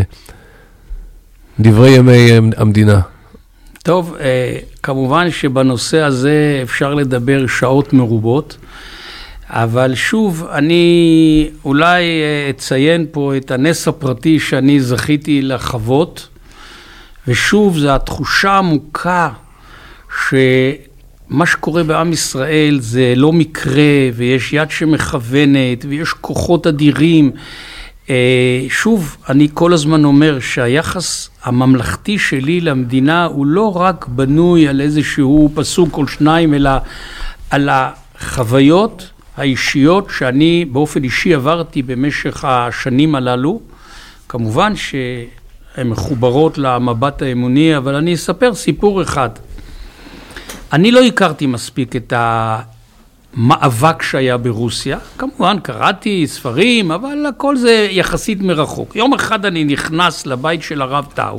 בדברי ימי המדינה. טוב, כמובן שבנושא הזה אפשר לדבר שעות מרובות, אבל שוב, אני אולי אציין פה את הנס הפרטי שאני זכיתי לחוות, ושוב, זו התחושה העמוקה שמה שקורה בעם ישראל זה לא מקרה, ויש יד שמכוונת, ויש כוחות אדירים. שוב, אני כל הזמן אומר שהיחס הממלכתי שלי למדינה הוא לא רק בנוי על איזשהו פסוק או שניים, אלא על החוויות האישיות שאני באופן אישי עברתי במשך השנים הללו. כמובן שהן מחוברות למבט האמוני, אבל אני אספר סיפור אחד. אני לא הכרתי מספיק את ה... מאבק שהיה ברוסיה, כמובן קראתי ספרים, אבל הכל זה יחסית מרחוק. יום אחד אני נכנס לבית של הרב טאו,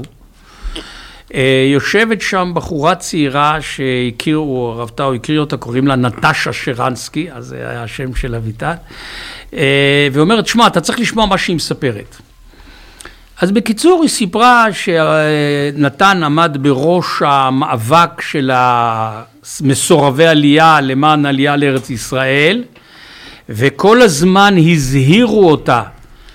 יושבת שם בחורה צעירה שהכירו, הרב טאו הכיר אותה, קוראים לה נטשה שרנסקי, אז זה היה השם של אביטל, ואומרת, שמע, אתה צריך לשמוע מה שהיא מספרת. אז בקיצור היא סיפרה שנתן עמד בראש המאבק של מסורבי עלייה למען עלייה לארץ ישראל, וכל הזמן הזהירו אותה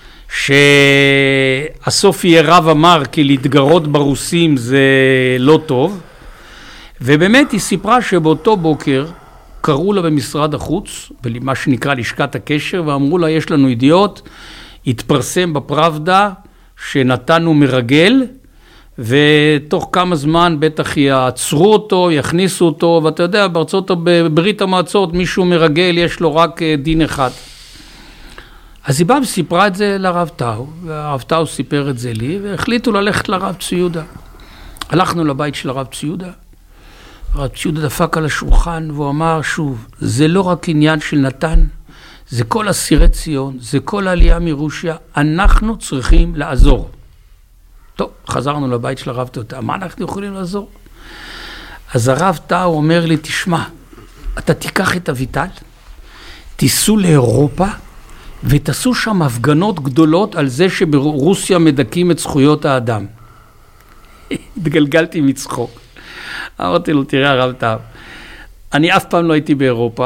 שהסוף יהיה רב אמר כי להתגרות ברוסים זה לא טוב, ובאמת היא סיפרה שבאותו בוקר קראו לה במשרד החוץ, במה שנקרא לשכת הקשר, ואמרו לה יש לנו ידיעות, התפרסם בפראבדה שנתנו מרגל, ותוך כמה זמן בטח יעצרו אותו, יכניסו אותו, ואתה יודע, בארצות, בברית המועצות, מישהו מרגל, יש לו רק דין אחד. אז היא באה וסיפרה את זה לרב טאו, והרב טאו סיפר את זה לי, והחליטו ללכת לרב ציודה. הלכנו לבית של הרב ציודה, הרב ציודה דפק על השולחן, והוא אמר שוב, זה לא רק עניין של נתן, זה כל אסירי ציון, זה כל העלייה מרוסיה, אנחנו צריכים לעזור. טוב, חזרנו לבית של הרב טאו, מה אנחנו יכולים לעזור? אז הרב טאו אומר לי, תשמע, אתה תיקח את אביטל, תיסעו לאירופה, ותעשו שם הפגנות גדולות על זה שברוסיה מדכאים את זכויות האדם. התגלגלתי מצחוק. אמרתי לו, תראה הרב טאו, אני אף פעם לא הייתי באירופה,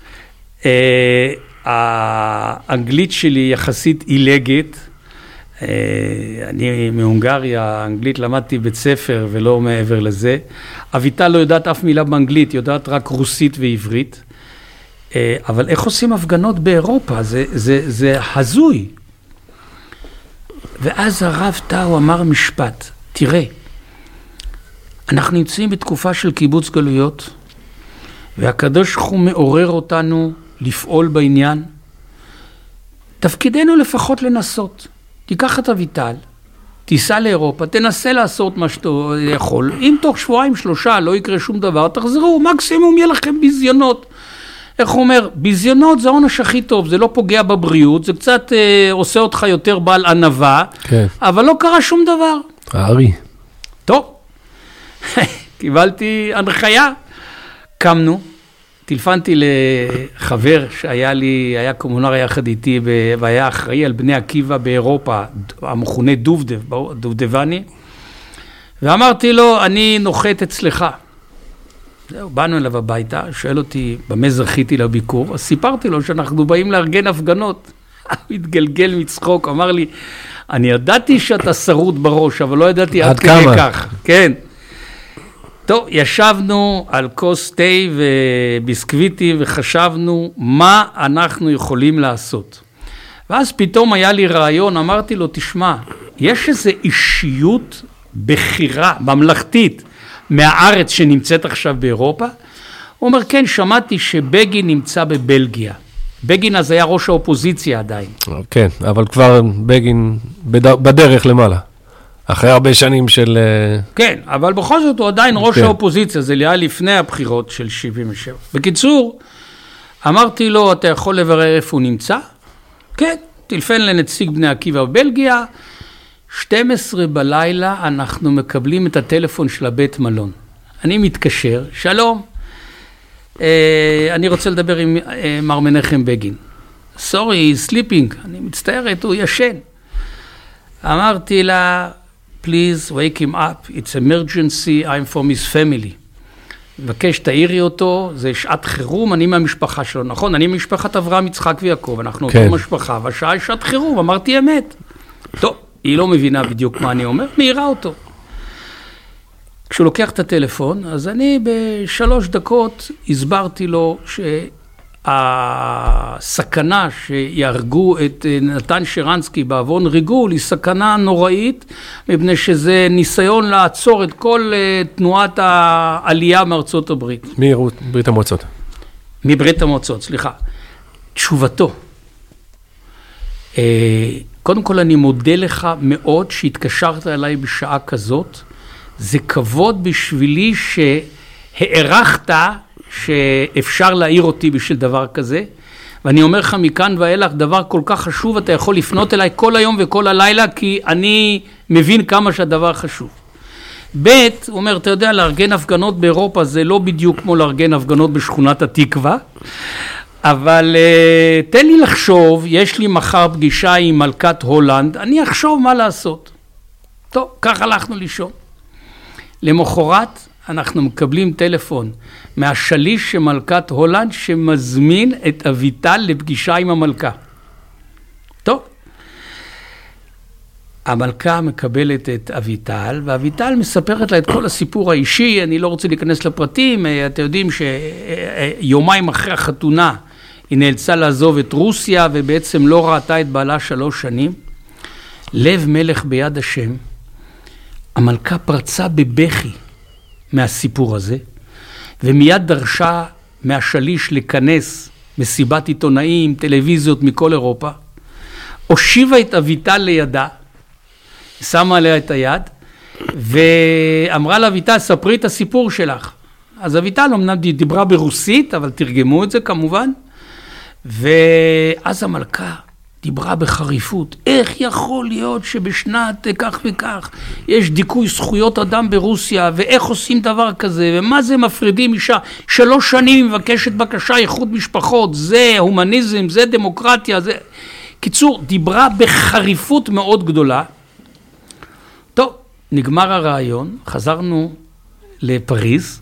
האנגלית שלי יחסית עילגת, אני מהונגריה, האנגלית למדתי בית ספר ולא מעבר לזה. אביטל לא יודעת אף מילה באנגלית, יודעת רק רוסית ועברית. אבל איך עושים הפגנות באירופה? זה, זה, זה הזוי. ואז הרב טאו אמר משפט, תראה, אנחנו נמצאים בתקופה של קיבוץ גלויות, והקדוש ברוך הוא מעורר אותנו לפעול בעניין. תפקידנו לפחות לנסות. תיקח את אביטל, תיסע לאירופה, תנסה לעשות מה שאתה יכול. אם תוך שבועיים שלושה לא יקרה שום דבר, תחזרו, מקסימום יהיה לכם ביזיונות. איך הוא אומר? ביזיונות זה העונש הכי טוב, זה לא פוגע בבריאות, זה קצת אה, עושה אותך יותר בעל ענווה, כן. אבל לא קרה שום דבר. הארי. טוב, קיבלתי הנחיה, קמנו, טלפנתי לחבר שהיה לי, היה קומונר יחד איתי, והיה אחראי על בני עקיבא באירופה, המכונה דובדב, דובדבני, ואמרתי לו, אני נוחת אצלך. זהו, באנו אליו הביתה, שואל אותי, במה זכיתי לביקור? אז סיפרתי לו שאנחנו באים לארגן הפגנות. הוא התגלגל מצחוק, אמר לי, אני ידעתי שאתה שרוט בראש, אבל לא ידעתי עד כדי כך. כן. טוב, ישבנו על כוס תה וביסקוויטים וחשבנו מה אנחנו יכולים לעשות. ואז פתאום היה לי רעיון, אמרתי לו, תשמע, יש איזו אישיות בחירה, ממלכתית, מהארץ שנמצאת עכשיו באירופה? הוא אומר, כן, שמעתי שבגין נמצא בבלגיה. בגין אז היה ראש האופוזיציה עדיין. כן, אבל כבר בגין בדרך למעלה. אחרי הרבה שנים של... כן, אבל בכל זאת הוא עדיין ראש כן. האופוזיציה, זה היה לפני הבחירות של שבעים ושבע. בקיצור, אמרתי לו, אתה יכול לברר איפה הוא נמצא? כן, טלפן לנציג בני עקיבא בבלגיה, שתים עשרה בלילה אנחנו מקבלים את הטלפון של הבית מלון. אני מתקשר, שלום, אה, אני רוצה לדבר עם אה, מר מנחם בגין. Sorry, he's sleeping, אני מצטערת, הוא ישן. אמרתי לה, please wake him up, it's emergency, I'm from his family. מבקש, תאירי אותו, זה שעת חירום, אני מהמשפחה שלו, נכון? אני משפחת אברהם, יצחק ויעקב, אנחנו כן. אותו משפחה, והשעה היא שעת חירום, אמרתי אמת. טוב, היא לא מבינה בדיוק מה אני אומר, מהירה אותו. כשהוא לוקח את הטלפון, אז אני בשלוש דקות הסברתי לו שהסכנה שיהרגו את נתן שרנסקי בעוון ריגול היא סכנה נוראית, מפני שזה ניסיון לעצור את כל תנועת העלייה מארצות הברית. מברית המועצות. מברית המועצות, סליחה. תשובתו. קודם כל אני מודה לך מאוד שהתקשרת אליי בשעה כזאת, זה כבוד בשבילי שהערכת שאפשר להעיר אותי בשביל דבר כזה, ואני אומר לך מכאן ואילך דבר כל כך חשוב, אתה יכול לפנות אליי כל היום וכל הלילה, כי אני מבין כמה שהדבר חשוב. ב' הוא אומר, אתה יודע, לארגן הפגנות באירופה זה לא בדיוק כמו לארגן הפגנות בשכונת התקווה, אבל uh, תן לי לחשוב, יש לי מחר פגישה עם מלכת הולנד, אני אחשוב מה לעשות. טוב, כך הלכנו לישון. למחרת אנחנו מקבלים טלפון מהשליש של מלכת הולנד שמזמין את אביטל לפגישה עם המלכה. טוב, המלכה מקבלת את אביטל, ואביטל מספרת לה את כל הסיפור האישי, אני לא רוצה להיכנס לפרטים, אתם יודעים שיומיים אחרי החתונה היא נאלצה לעזוב את רוסיה, ובעצם לא ראתה את בעלה שלוש שנים. לב מלך ביד השם, המלכה פרצה בבכי מהסיפור הזה, ומיד דרשה מהשליש לכנס מסיבת עיתונאים, טלוויזיות מכל אירופה, הושיבה את אביטל לידה, שמה עליה את היד, ואמרה לה, אביטל, ספרי את הסיפור שלך. אז אביטל אמנם דיברה ברוסית, אבל תרגמו את זה כמובן, ואז המלכה דיברה בחריפות, איך יכול להיות שבשנת כך וכך יש דיכוי זכויות אדם ברוסיה, ואיך עושים דבר כזה, ומה זה מפרידים אישה, שלוש שנים מבקשת בקשה איחוד משפחות, זה הומניזם, זה דמוקרטיה, זה... קיצור, דיברה בחריפות מאוד גדולה. טוב, נגמר הרעיון, חזרנו לפריז,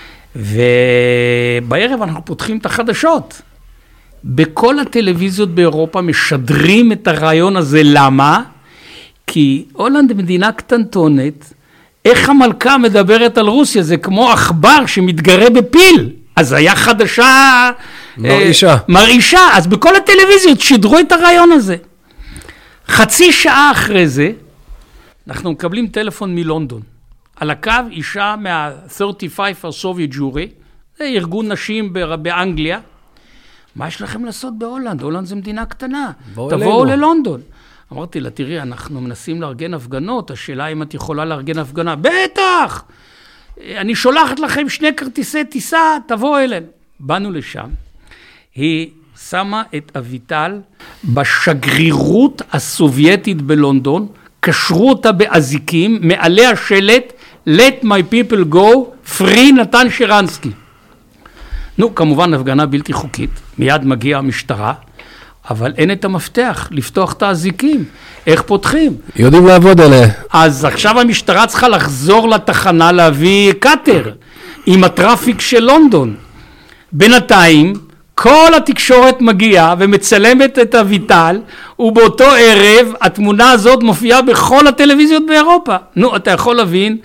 ובערב אנחנו פותחים את החדשות. בכל הטלוויזיות באירופה משדרים את הרעיון הזה, למה? כי הולנד מדינה קטנטונת, איך המלכה מדברת על רוסיה? זה כמו עכבר שמתגרה בפיל, אז היה חדשה... מרעישה. אה, מרעישה, אז בכל הטלוויזיות שידרו את הרעיון הזה. חצי שעה אחרי זה, אנחנו מקבלים טלפון מלונדון. על הקו אישה מה-שלושים וחמש ה-Soviet Jury, זה ארגון נשים באנגליה, מה יש לכם לעשות בהולנד? הולנד זה מדינה קטנה. תבואו ללונדון. אמרתי לה, תראי, אנחנו מנסים לארגן הפגנות, השאלה אם את יכולה לארגן הפגנה. בטח! אני שולחת לכם שני כרטיסי טיסה, תבואו אליהם. באנו לשם, היא שמה את אביטל בשגרירות הסובייטית בלונדון, קשרו אותה באזיקים, מעלה השלט, let my people go, free נתן שרנסקי. נו, כמובן הפגנה בלתי חוקית, מיד מגיעה המשטרה, אבל אין את המפתח לפתוח את האזיקים. איך פותחים? יודעים לעבוד עליה. אז עכשיו המשטרה צריכה לחזור לתחנה להביא קאטר, עם הטראפיק של לונדון. בינתיים, כל התקשורת מגיעה ומצלמת את אביטל, ובאותו ערב התמונה הזאת מופיעה בכל הטלוויזיות באירופה. נו, אתה יכול להבין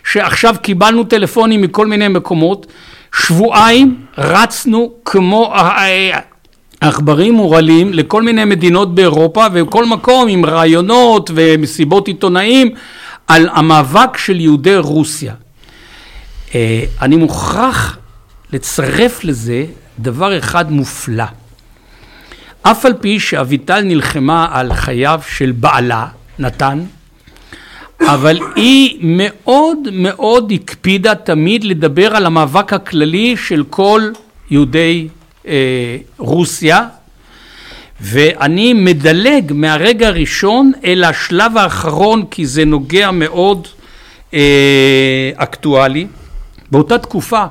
שעכשיו קיבלנו טלפונים מכל מיני מקומות, שבועיים רצנו כמו עכברים מורלים לכל מיני מדינות באירופה, ובכל מקום עם רעיונות ומסיבות עיתונאים על המאבק של יהודי רוסיה. אני מוכרח לצרף לזה דבר אחד מופלא. אף על פי שאביטל נלחמה על חייו של בעלה, נתן, אבל היא מאוד מאוד הקפידה תמיד לדבר על המאבק הכללי של כל יהודי אה, רוסיה, ואני מדלג מהרגע הראשון אל השלב האחרון, כי זה נוגע מאוד אה, אקטואלי. באותה תקופה,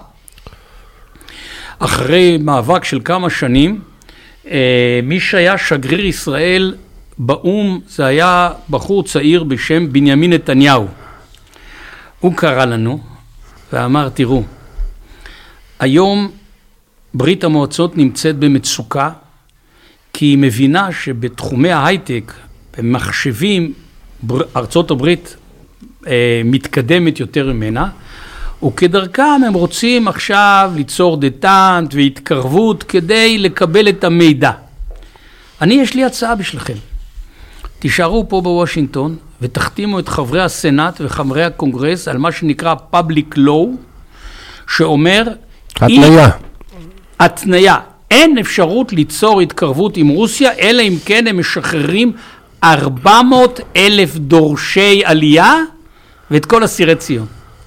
אחרי מאבק של כמה שנים, אה, מי שהיה שגריר ישראל באום, זה היה בחור צעיר בשם בנימין נתניהו. הוא קרא לנו ואמר, תראו, היום ברית המועצות נמצאת במצוקה, כי היא מבינה שבתחומי ההייטק, במחשבים, ארצות הברית אה, מתקדמת יותר ממנה, וכדרכם הם רוצים עכשיו ליצור דטנט והתקרבות כדי לקבל את המידע. אני, יש לי הצעה בשבילכם. תישארו פה בוושינגטון ותחתימו את חברי הסנאט וחברי הקונגרס על מה שנקרא public law, שאומר... התניה. התניה. אין אפשרות ליצור התקרבות עם רוסיה, אלא אם כן הם משחררים ארבע מאות אלף דורשי עלייה ואת כל אסירי ציון.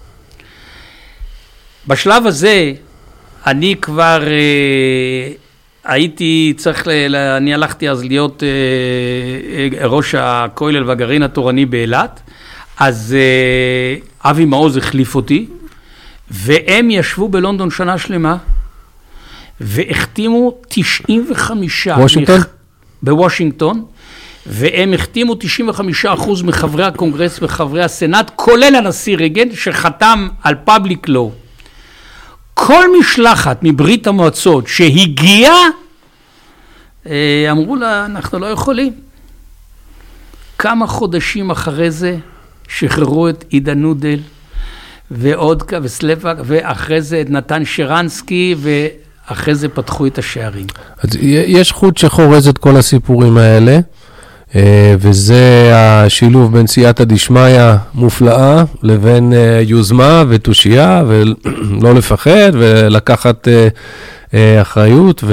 בשלב הזה אני כבר אה, הייתי צריך, ל, אני הלכתי אז להיות אה, אה, ראש הכולל והגרעין התורני באילת, אז אה, אבי מעוז החליף אותי, והם ישבו בלונדון שנה שלמה, והחתימו תשעים וחמישה... וושינגטון? מח... בוושינגטון, והם החתימו תשעים וחמישה אחוז מחברי הקונגרס וחברי הסנאט, כולל הנשיא רייגן, שחתם על פאבליק לואו. כל משלחת מברית המועצות שהגיעה, אמרו לה, אנחנו לא יכולים. כמה חודשים אחרי זה שחררו את עידה נודל, ואודקה וסלפק, ואחרי זה את נתן שרנסקי, ואחרי זה פתחו את השערים. אז יש חוט שחורז את כל הסיפורים האלה, וזה השילוב בין סייעתא דשמיא מופלאה, לבין יוזמה ותושייה, ולא לפחד, ולקחת אחריות,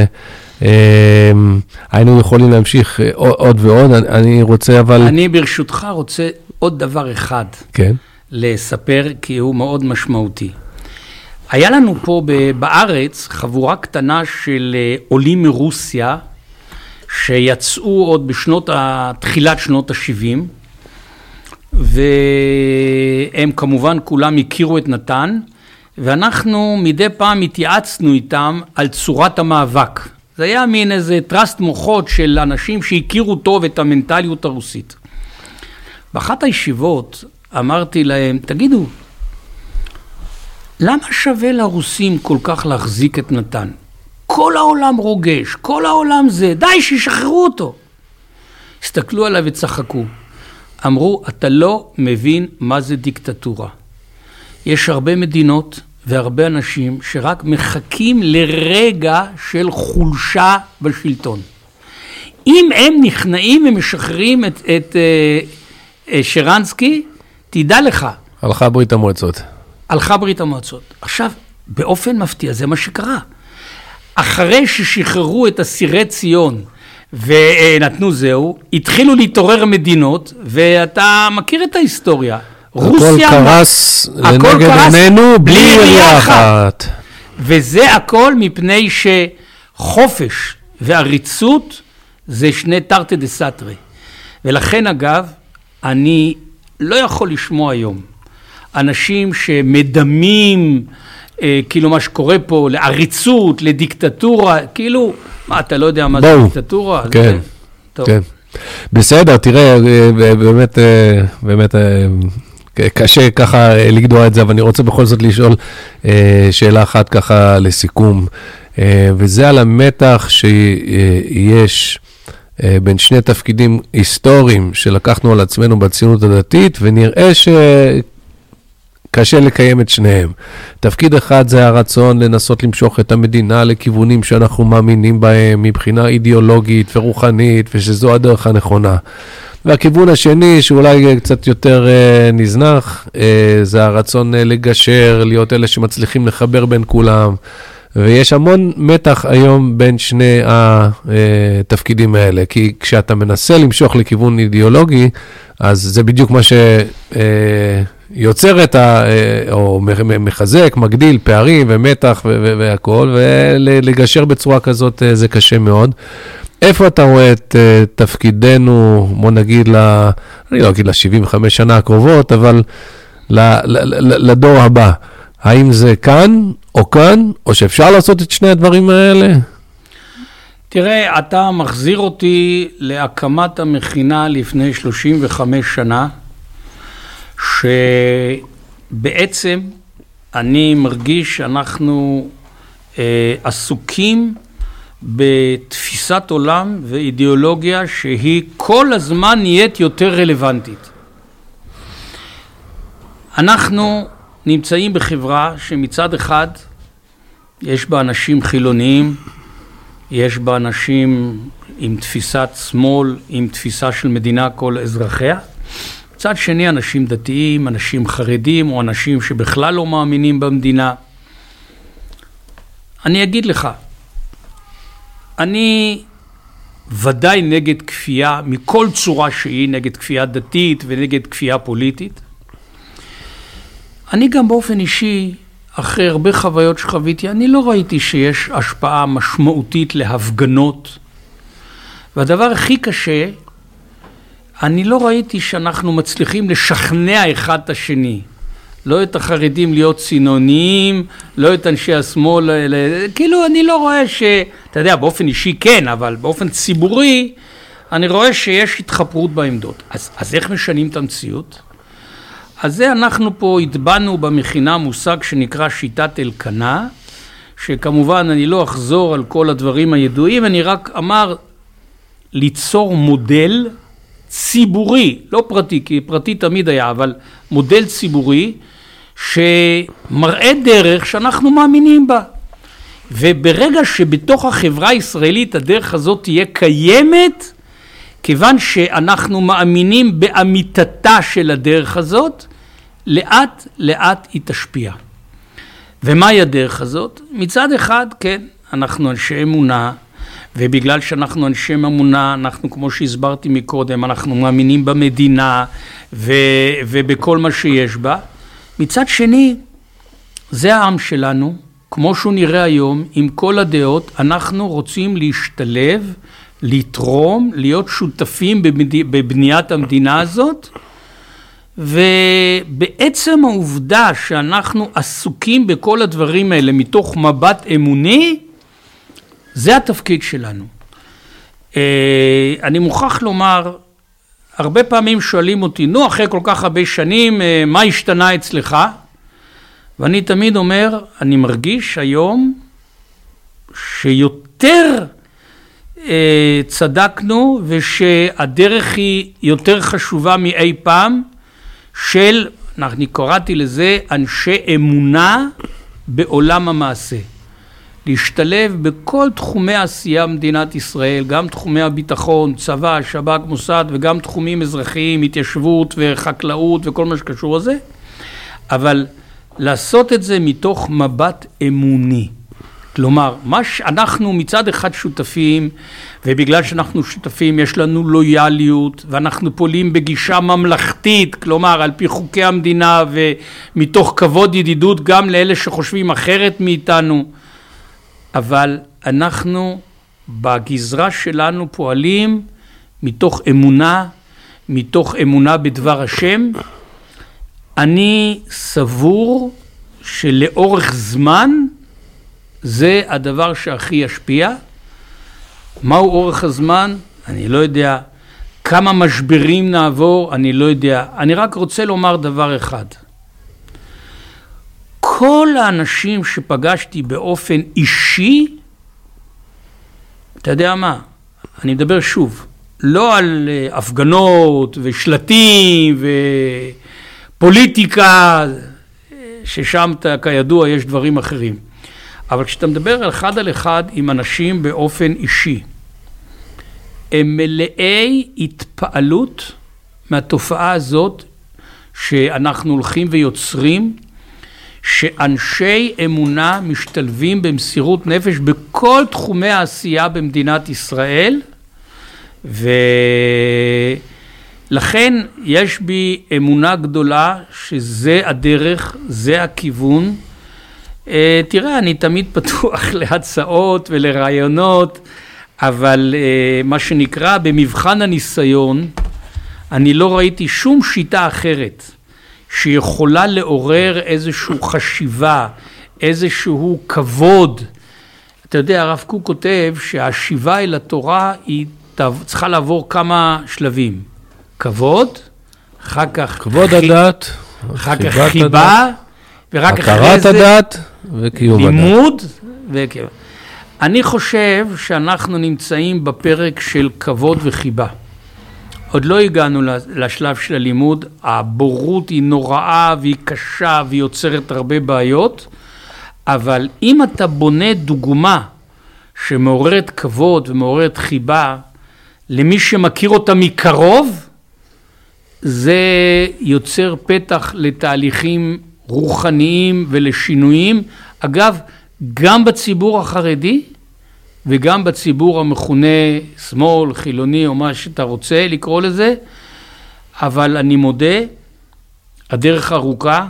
והיינו יכולים להמשיך עוד ועוד. אני רוצה אבל... אני ברשותך רוצה עוד דבר אחד. כן. לספר, כי הוא מאוד משמעותי. היה לנו פה בארץ חבורה קטנה של עולים מרוסיה, שיצאו עוד בשנות, תחילת שנות ה-שבעים, והם כמובן כולם הכירו את נתן, ואנחנו מדי פעם התייעצנו איתם על צורת המאבק. זה היה מין איזה טרסט מוחות של אנשים שהכירו טוב את המנטליות הרוסית. באחת הישיבות אמרתי להם, תגידו, למה שווה לרוסים כל כך להחזיק את נתן? כל העולם רוגש, כל העולם זה, די שישחררו אותו. הסתכלו עליו וצחקו. אמרו, אתה לא מבין מה זה דיקטטורה. יש הרבה מדינות והרבה אנשים שרק מחכים לרגע של חולשה בשלטון. אם הם נכנעים ומשחררים את, את uh, שרנסקי, תדע לך. הלכה ברית המועצות. הלכה ברית המועצות. עכשיו, באופן מפתיע, זה מה שקרה. אחרי ששחררו את אסירי ציון ונתנו זהו, התחילו להתעורר מדינות, ואתה מכיר את ההיסטוריה. הכל קרס לנגד עינינו בלי ירייה אחת. וזה הכל מפני שחופש ועריצות זה שני תרתי דסתרי. ולכן אגב, אני לא יכול לשמוע היום אנשים שמדמים אה, כאילו מה שקורה פה לעריצות, לדיקטטורה, כאילו, מה, אתה לא יודע מה זה דיקטטורה? כן, זה... כן. בסדר, תראה, באמת, באמת, קשה ככה לגדוע את זה, אבל אני רוצה בכל זאת לשאול שאלה אחת ככה לסיכום, וזה על המתח שיש בין שני תפקידים היסטוריים שלקחנו על עצמנו בציונות הדתית, ונראה קשה לקיים את שניהם. תפקיד אחד זה הרצון לנסות למשוך את המדינה לכיוונים שאנחנו מאמינים בהם, מבחינה אידיאולוגית ורוחנית, ושזו הדרך הנכונה. והכיוון השני, שאולי קצת יותר אה, נזנח, אה, זה הרצון אה, לגשר, להיות אלה שמצליחים לחבר בין כולם, ויש המון מתח היום בין שני התפקידים האלה, כי כשאתה מנסה למשוך לכיוון אידיאולוגי, אז זה בדיוק מה שיוצר את ה... או מחזק, מגדיל פערים ומתח והכל, ולגשר בצורה כזאת זה קשה מאוד. איפה אתה רואה את תפקידנו, בוא נגיד, ל... אני לא אגיד ל-שבעים וחמש שנה הקרובות, אבל לדור הבא? האם זה כאן או כאן, או שאפשר לעשות את שני הדברים האלה? תראה, אתה מחזיר אותי להקמת המכינה לפני שלושים וחמש שנה, שבעצם אני מרגיש שאנחנו אה, עסוקים בתפיסת עולם ואידיאולוגיה שהיא כל הזמן נהיית יותר רלוונטית. אנחנו נמצאים בחברה שמצד אחד יש בה אנשים חילוניים, יש בה אנשים עם תפיסת שמאל, עם תפיסה של מדינה כל אזרחיה. מצד שני אנשים דתיים, אנשים חרדים או אנשים שבכלל לא מאמינים במדינה. אני אגיד לך, אני ודאי נגד כפייה מכל צורה שהיא, נגד כפייה דתית ונגד כפייה פוליטית. אני גם באופן אישי, אחרי הרבה חוויות שחוויתי, אני לא ראיתי שיש השפעה משמעותית להפגנות. והדבר הכי קשה, אני לא ראיתי שאנחנו מצליחים לשכנע אחד את השני. לא את החרדים להיות צינוניים, לא את אנשי השמאל, כאילו אני לא רואה ש... אתה יודע, באופן אישי כן, אבל באופן ציבורי, אני רואה שיש התחפרות בעמדות. אז, אז איך משנים את המציאות? אז זה אנחנו פה התבנו במכינה מושג שנקרא שיטת אלקנה, שכמובן אני לא אחזור על כל הדברים הידועים, אני רק אמר ליצור מודל ציבורי, לא פרטי, כי פרטי תמיד היה, אבל מודל ציבורי שמראה דרך שאנחנו מאמינים בה. וברגע שבתוך החברה הישראלית הדרך הזאת תהיה קיימת, כיוון שאנחנו מאמינים באמיתתה של הדרך הזאת, לאט לאט היא תשפיע. ומהי הדרך הזאת? מצד אחד, כן, אנחנו אנשי אמונה, ובגלל שאנחנו אנשי אמונה, אנחנו כמו שהסברתי מקודם, אנחנו מאמינים במדינה ו- ובכל מה שיש בה. מצד שני, זה העם שלנו, כמו שהוא נראה היום, עם כל הדעות, אנחנו רוצים להשתלב, לתרום, להיות שותפים בבניית המדינה הזאת, ובעצם העובדה שאנחנו עסוקים בכל הדברים האלה מתוך מבט אמוני, זה התפקיד שלנו. אני מוכרח לומר, הרבה פעמים שואלים אותי, נו, אחרי כל כך הרבה שנים, מה השתנה אצלך? ואני תמיד אומר, אני מרגיש היום שיותר צדקנו ושהדרך היא יותר חשובה מאי פעם של, אני קראתי לזה, אנשי אמונה בעולם המעשה. להשתלב בכל תחומי העשייה במדינת ישראל, גם תחומי הביטחון, צבא, שב"כ, מוסד, וגם תחומים אזרחיים, התיישבות וחקלאות וכל מה שקשור לזה, אבל לעשות את זה מתוך מבט אמוני. כלומר, מה שאנחנו מצד אחד שותפים, ובגלל שאנחנו שותפים יש לנו לויאליות, ואנחנו פועלים בגישה ממלכתית, כלומר על פי חוקי המדינה, ומתוך כבוד ידידות גם לאלה שחושבים אחרת מאיתנו, אבל אנחנו בגזרה שלנו פועלים מתוך אמונה, מתוך אמונה בדבר השם. אני סבור שלאורך זמן זה הדבר שהכי ישפיע. מהו אורך הזמן? אני לא יודע. כמה משברים נעבור? אני לא יודע. אני רק רוצה לומר דבר אחד. כל האנשים שפגשתי באופן אישי, אתה יודע מה? אני מדבר שוב, לא על הפגנות ושלטים ופוליטיקה, ששם כידוע יש דברים אחרים. אבל כשאתה מדבר על אחד על אחד עם אנשים באופן אישי, הם מלאי התפעלות מהתופעה הזאת שאנחנו הולכים ויוצרים, שאנשי אמונה משתלבים במסירות נפש בכל תחומי העשייה במדינת ישראל, ולכן יש בי אמונה גדולה שזה הדרך, זה הכיוון. תראה, אני תמיד פתוח להצעות ולרעיונות, אבל מה שנקרא במבחן הניסיון, אני לא ראיתי שום שיטה אחרת שיכולה לעורר איזושהי חשיבה, איזשהו כבוד. אתה יודע, הרב קוק כותב שהשיבה אל התורה היא צריכה לעבור כמה שלבים. כבוד, אחר כך כבוד הדת, אחר כך חיבה, ורק אחרי הכרת זה הדת וקיום הדת. לימוד וקיום. אני חושב שאנחנו נמצאים בפרק של כבוד וחיבה. עוד לא הגענו לשלב של הלימוד, הבורות היא נוראה והיא קשה והיא יוצרת הרבה בעיות, אבל אם אתה בונה דוגמה שמעוררת כבוד ומעוררת חיבה, למי שמכיר אותה מקרוב, זה יוצר פתח לתהליכים רוחניים ולשינויים. אגב, גם בציבור החרדי, וגם בציבור המכונה שמאל, חילוני או מה שאתה רוצה לקרוא לזה, אבל אני מודה, הדרך ארוכה,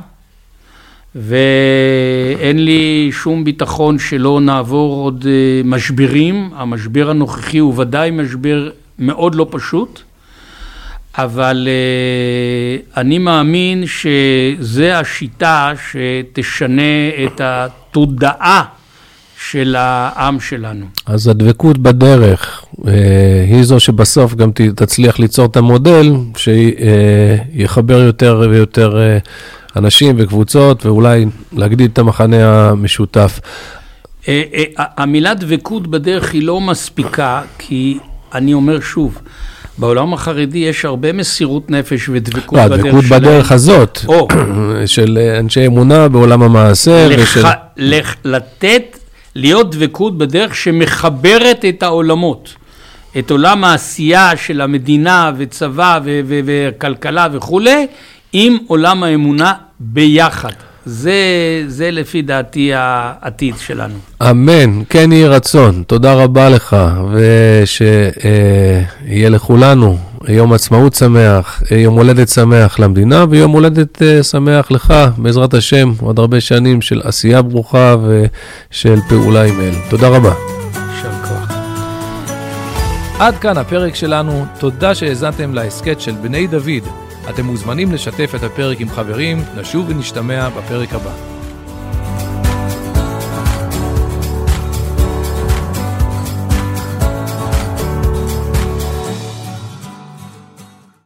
ואין לי שום ביטחון שלא נעבור עוד משברים. המשבר הנוכחי הוא ודאי משבר מאוד לא פשוט, אבל אני מאמין שזה השיטה שתשנה את התודעה של העם שלנו. אז הדבקות בדרך היא זו שבסוף גם תצליח ליצור את המודל שיחבר יותר ויותר אנשים וקבוצות, ואולי להגדיל את המחנה המשותף. המילה דבקות בדרך היא לא מספיקה, כי אני אומר שוב, בעולם החרדי יש הרבה מסירות נפש ודבקות בדרך שלהם. הדבקות בדרך הזאת, של אנשי אמונה בעולם המעשה. לתת, להיות דבקות בדרך שמחברת את העולמות, את עולם העשייה של המדינה וצבא וכלכלה וכו', עם עולם האמונה ביחד. זה, זה לפי דעתי העתיד שלנו. אמן, כן יהיה רצון. תודה רבה לך, ושיהיה לכולנו יום עצמאות שמח, יום הולדת שמח למדינה, ויום הולדת שמח לך, בעזרת השם, עוד הרבה שנים של עשייה ברוכה ושל פעולה עם אל. תודה רבה. שם כוח. עד כאן הפרק שלנו. תודה שהאזנתם להסכת של בני דוד. אתם מוזמנים לשתף את הפרק עם חברים. נשוב ונשתמע בפרק הבא.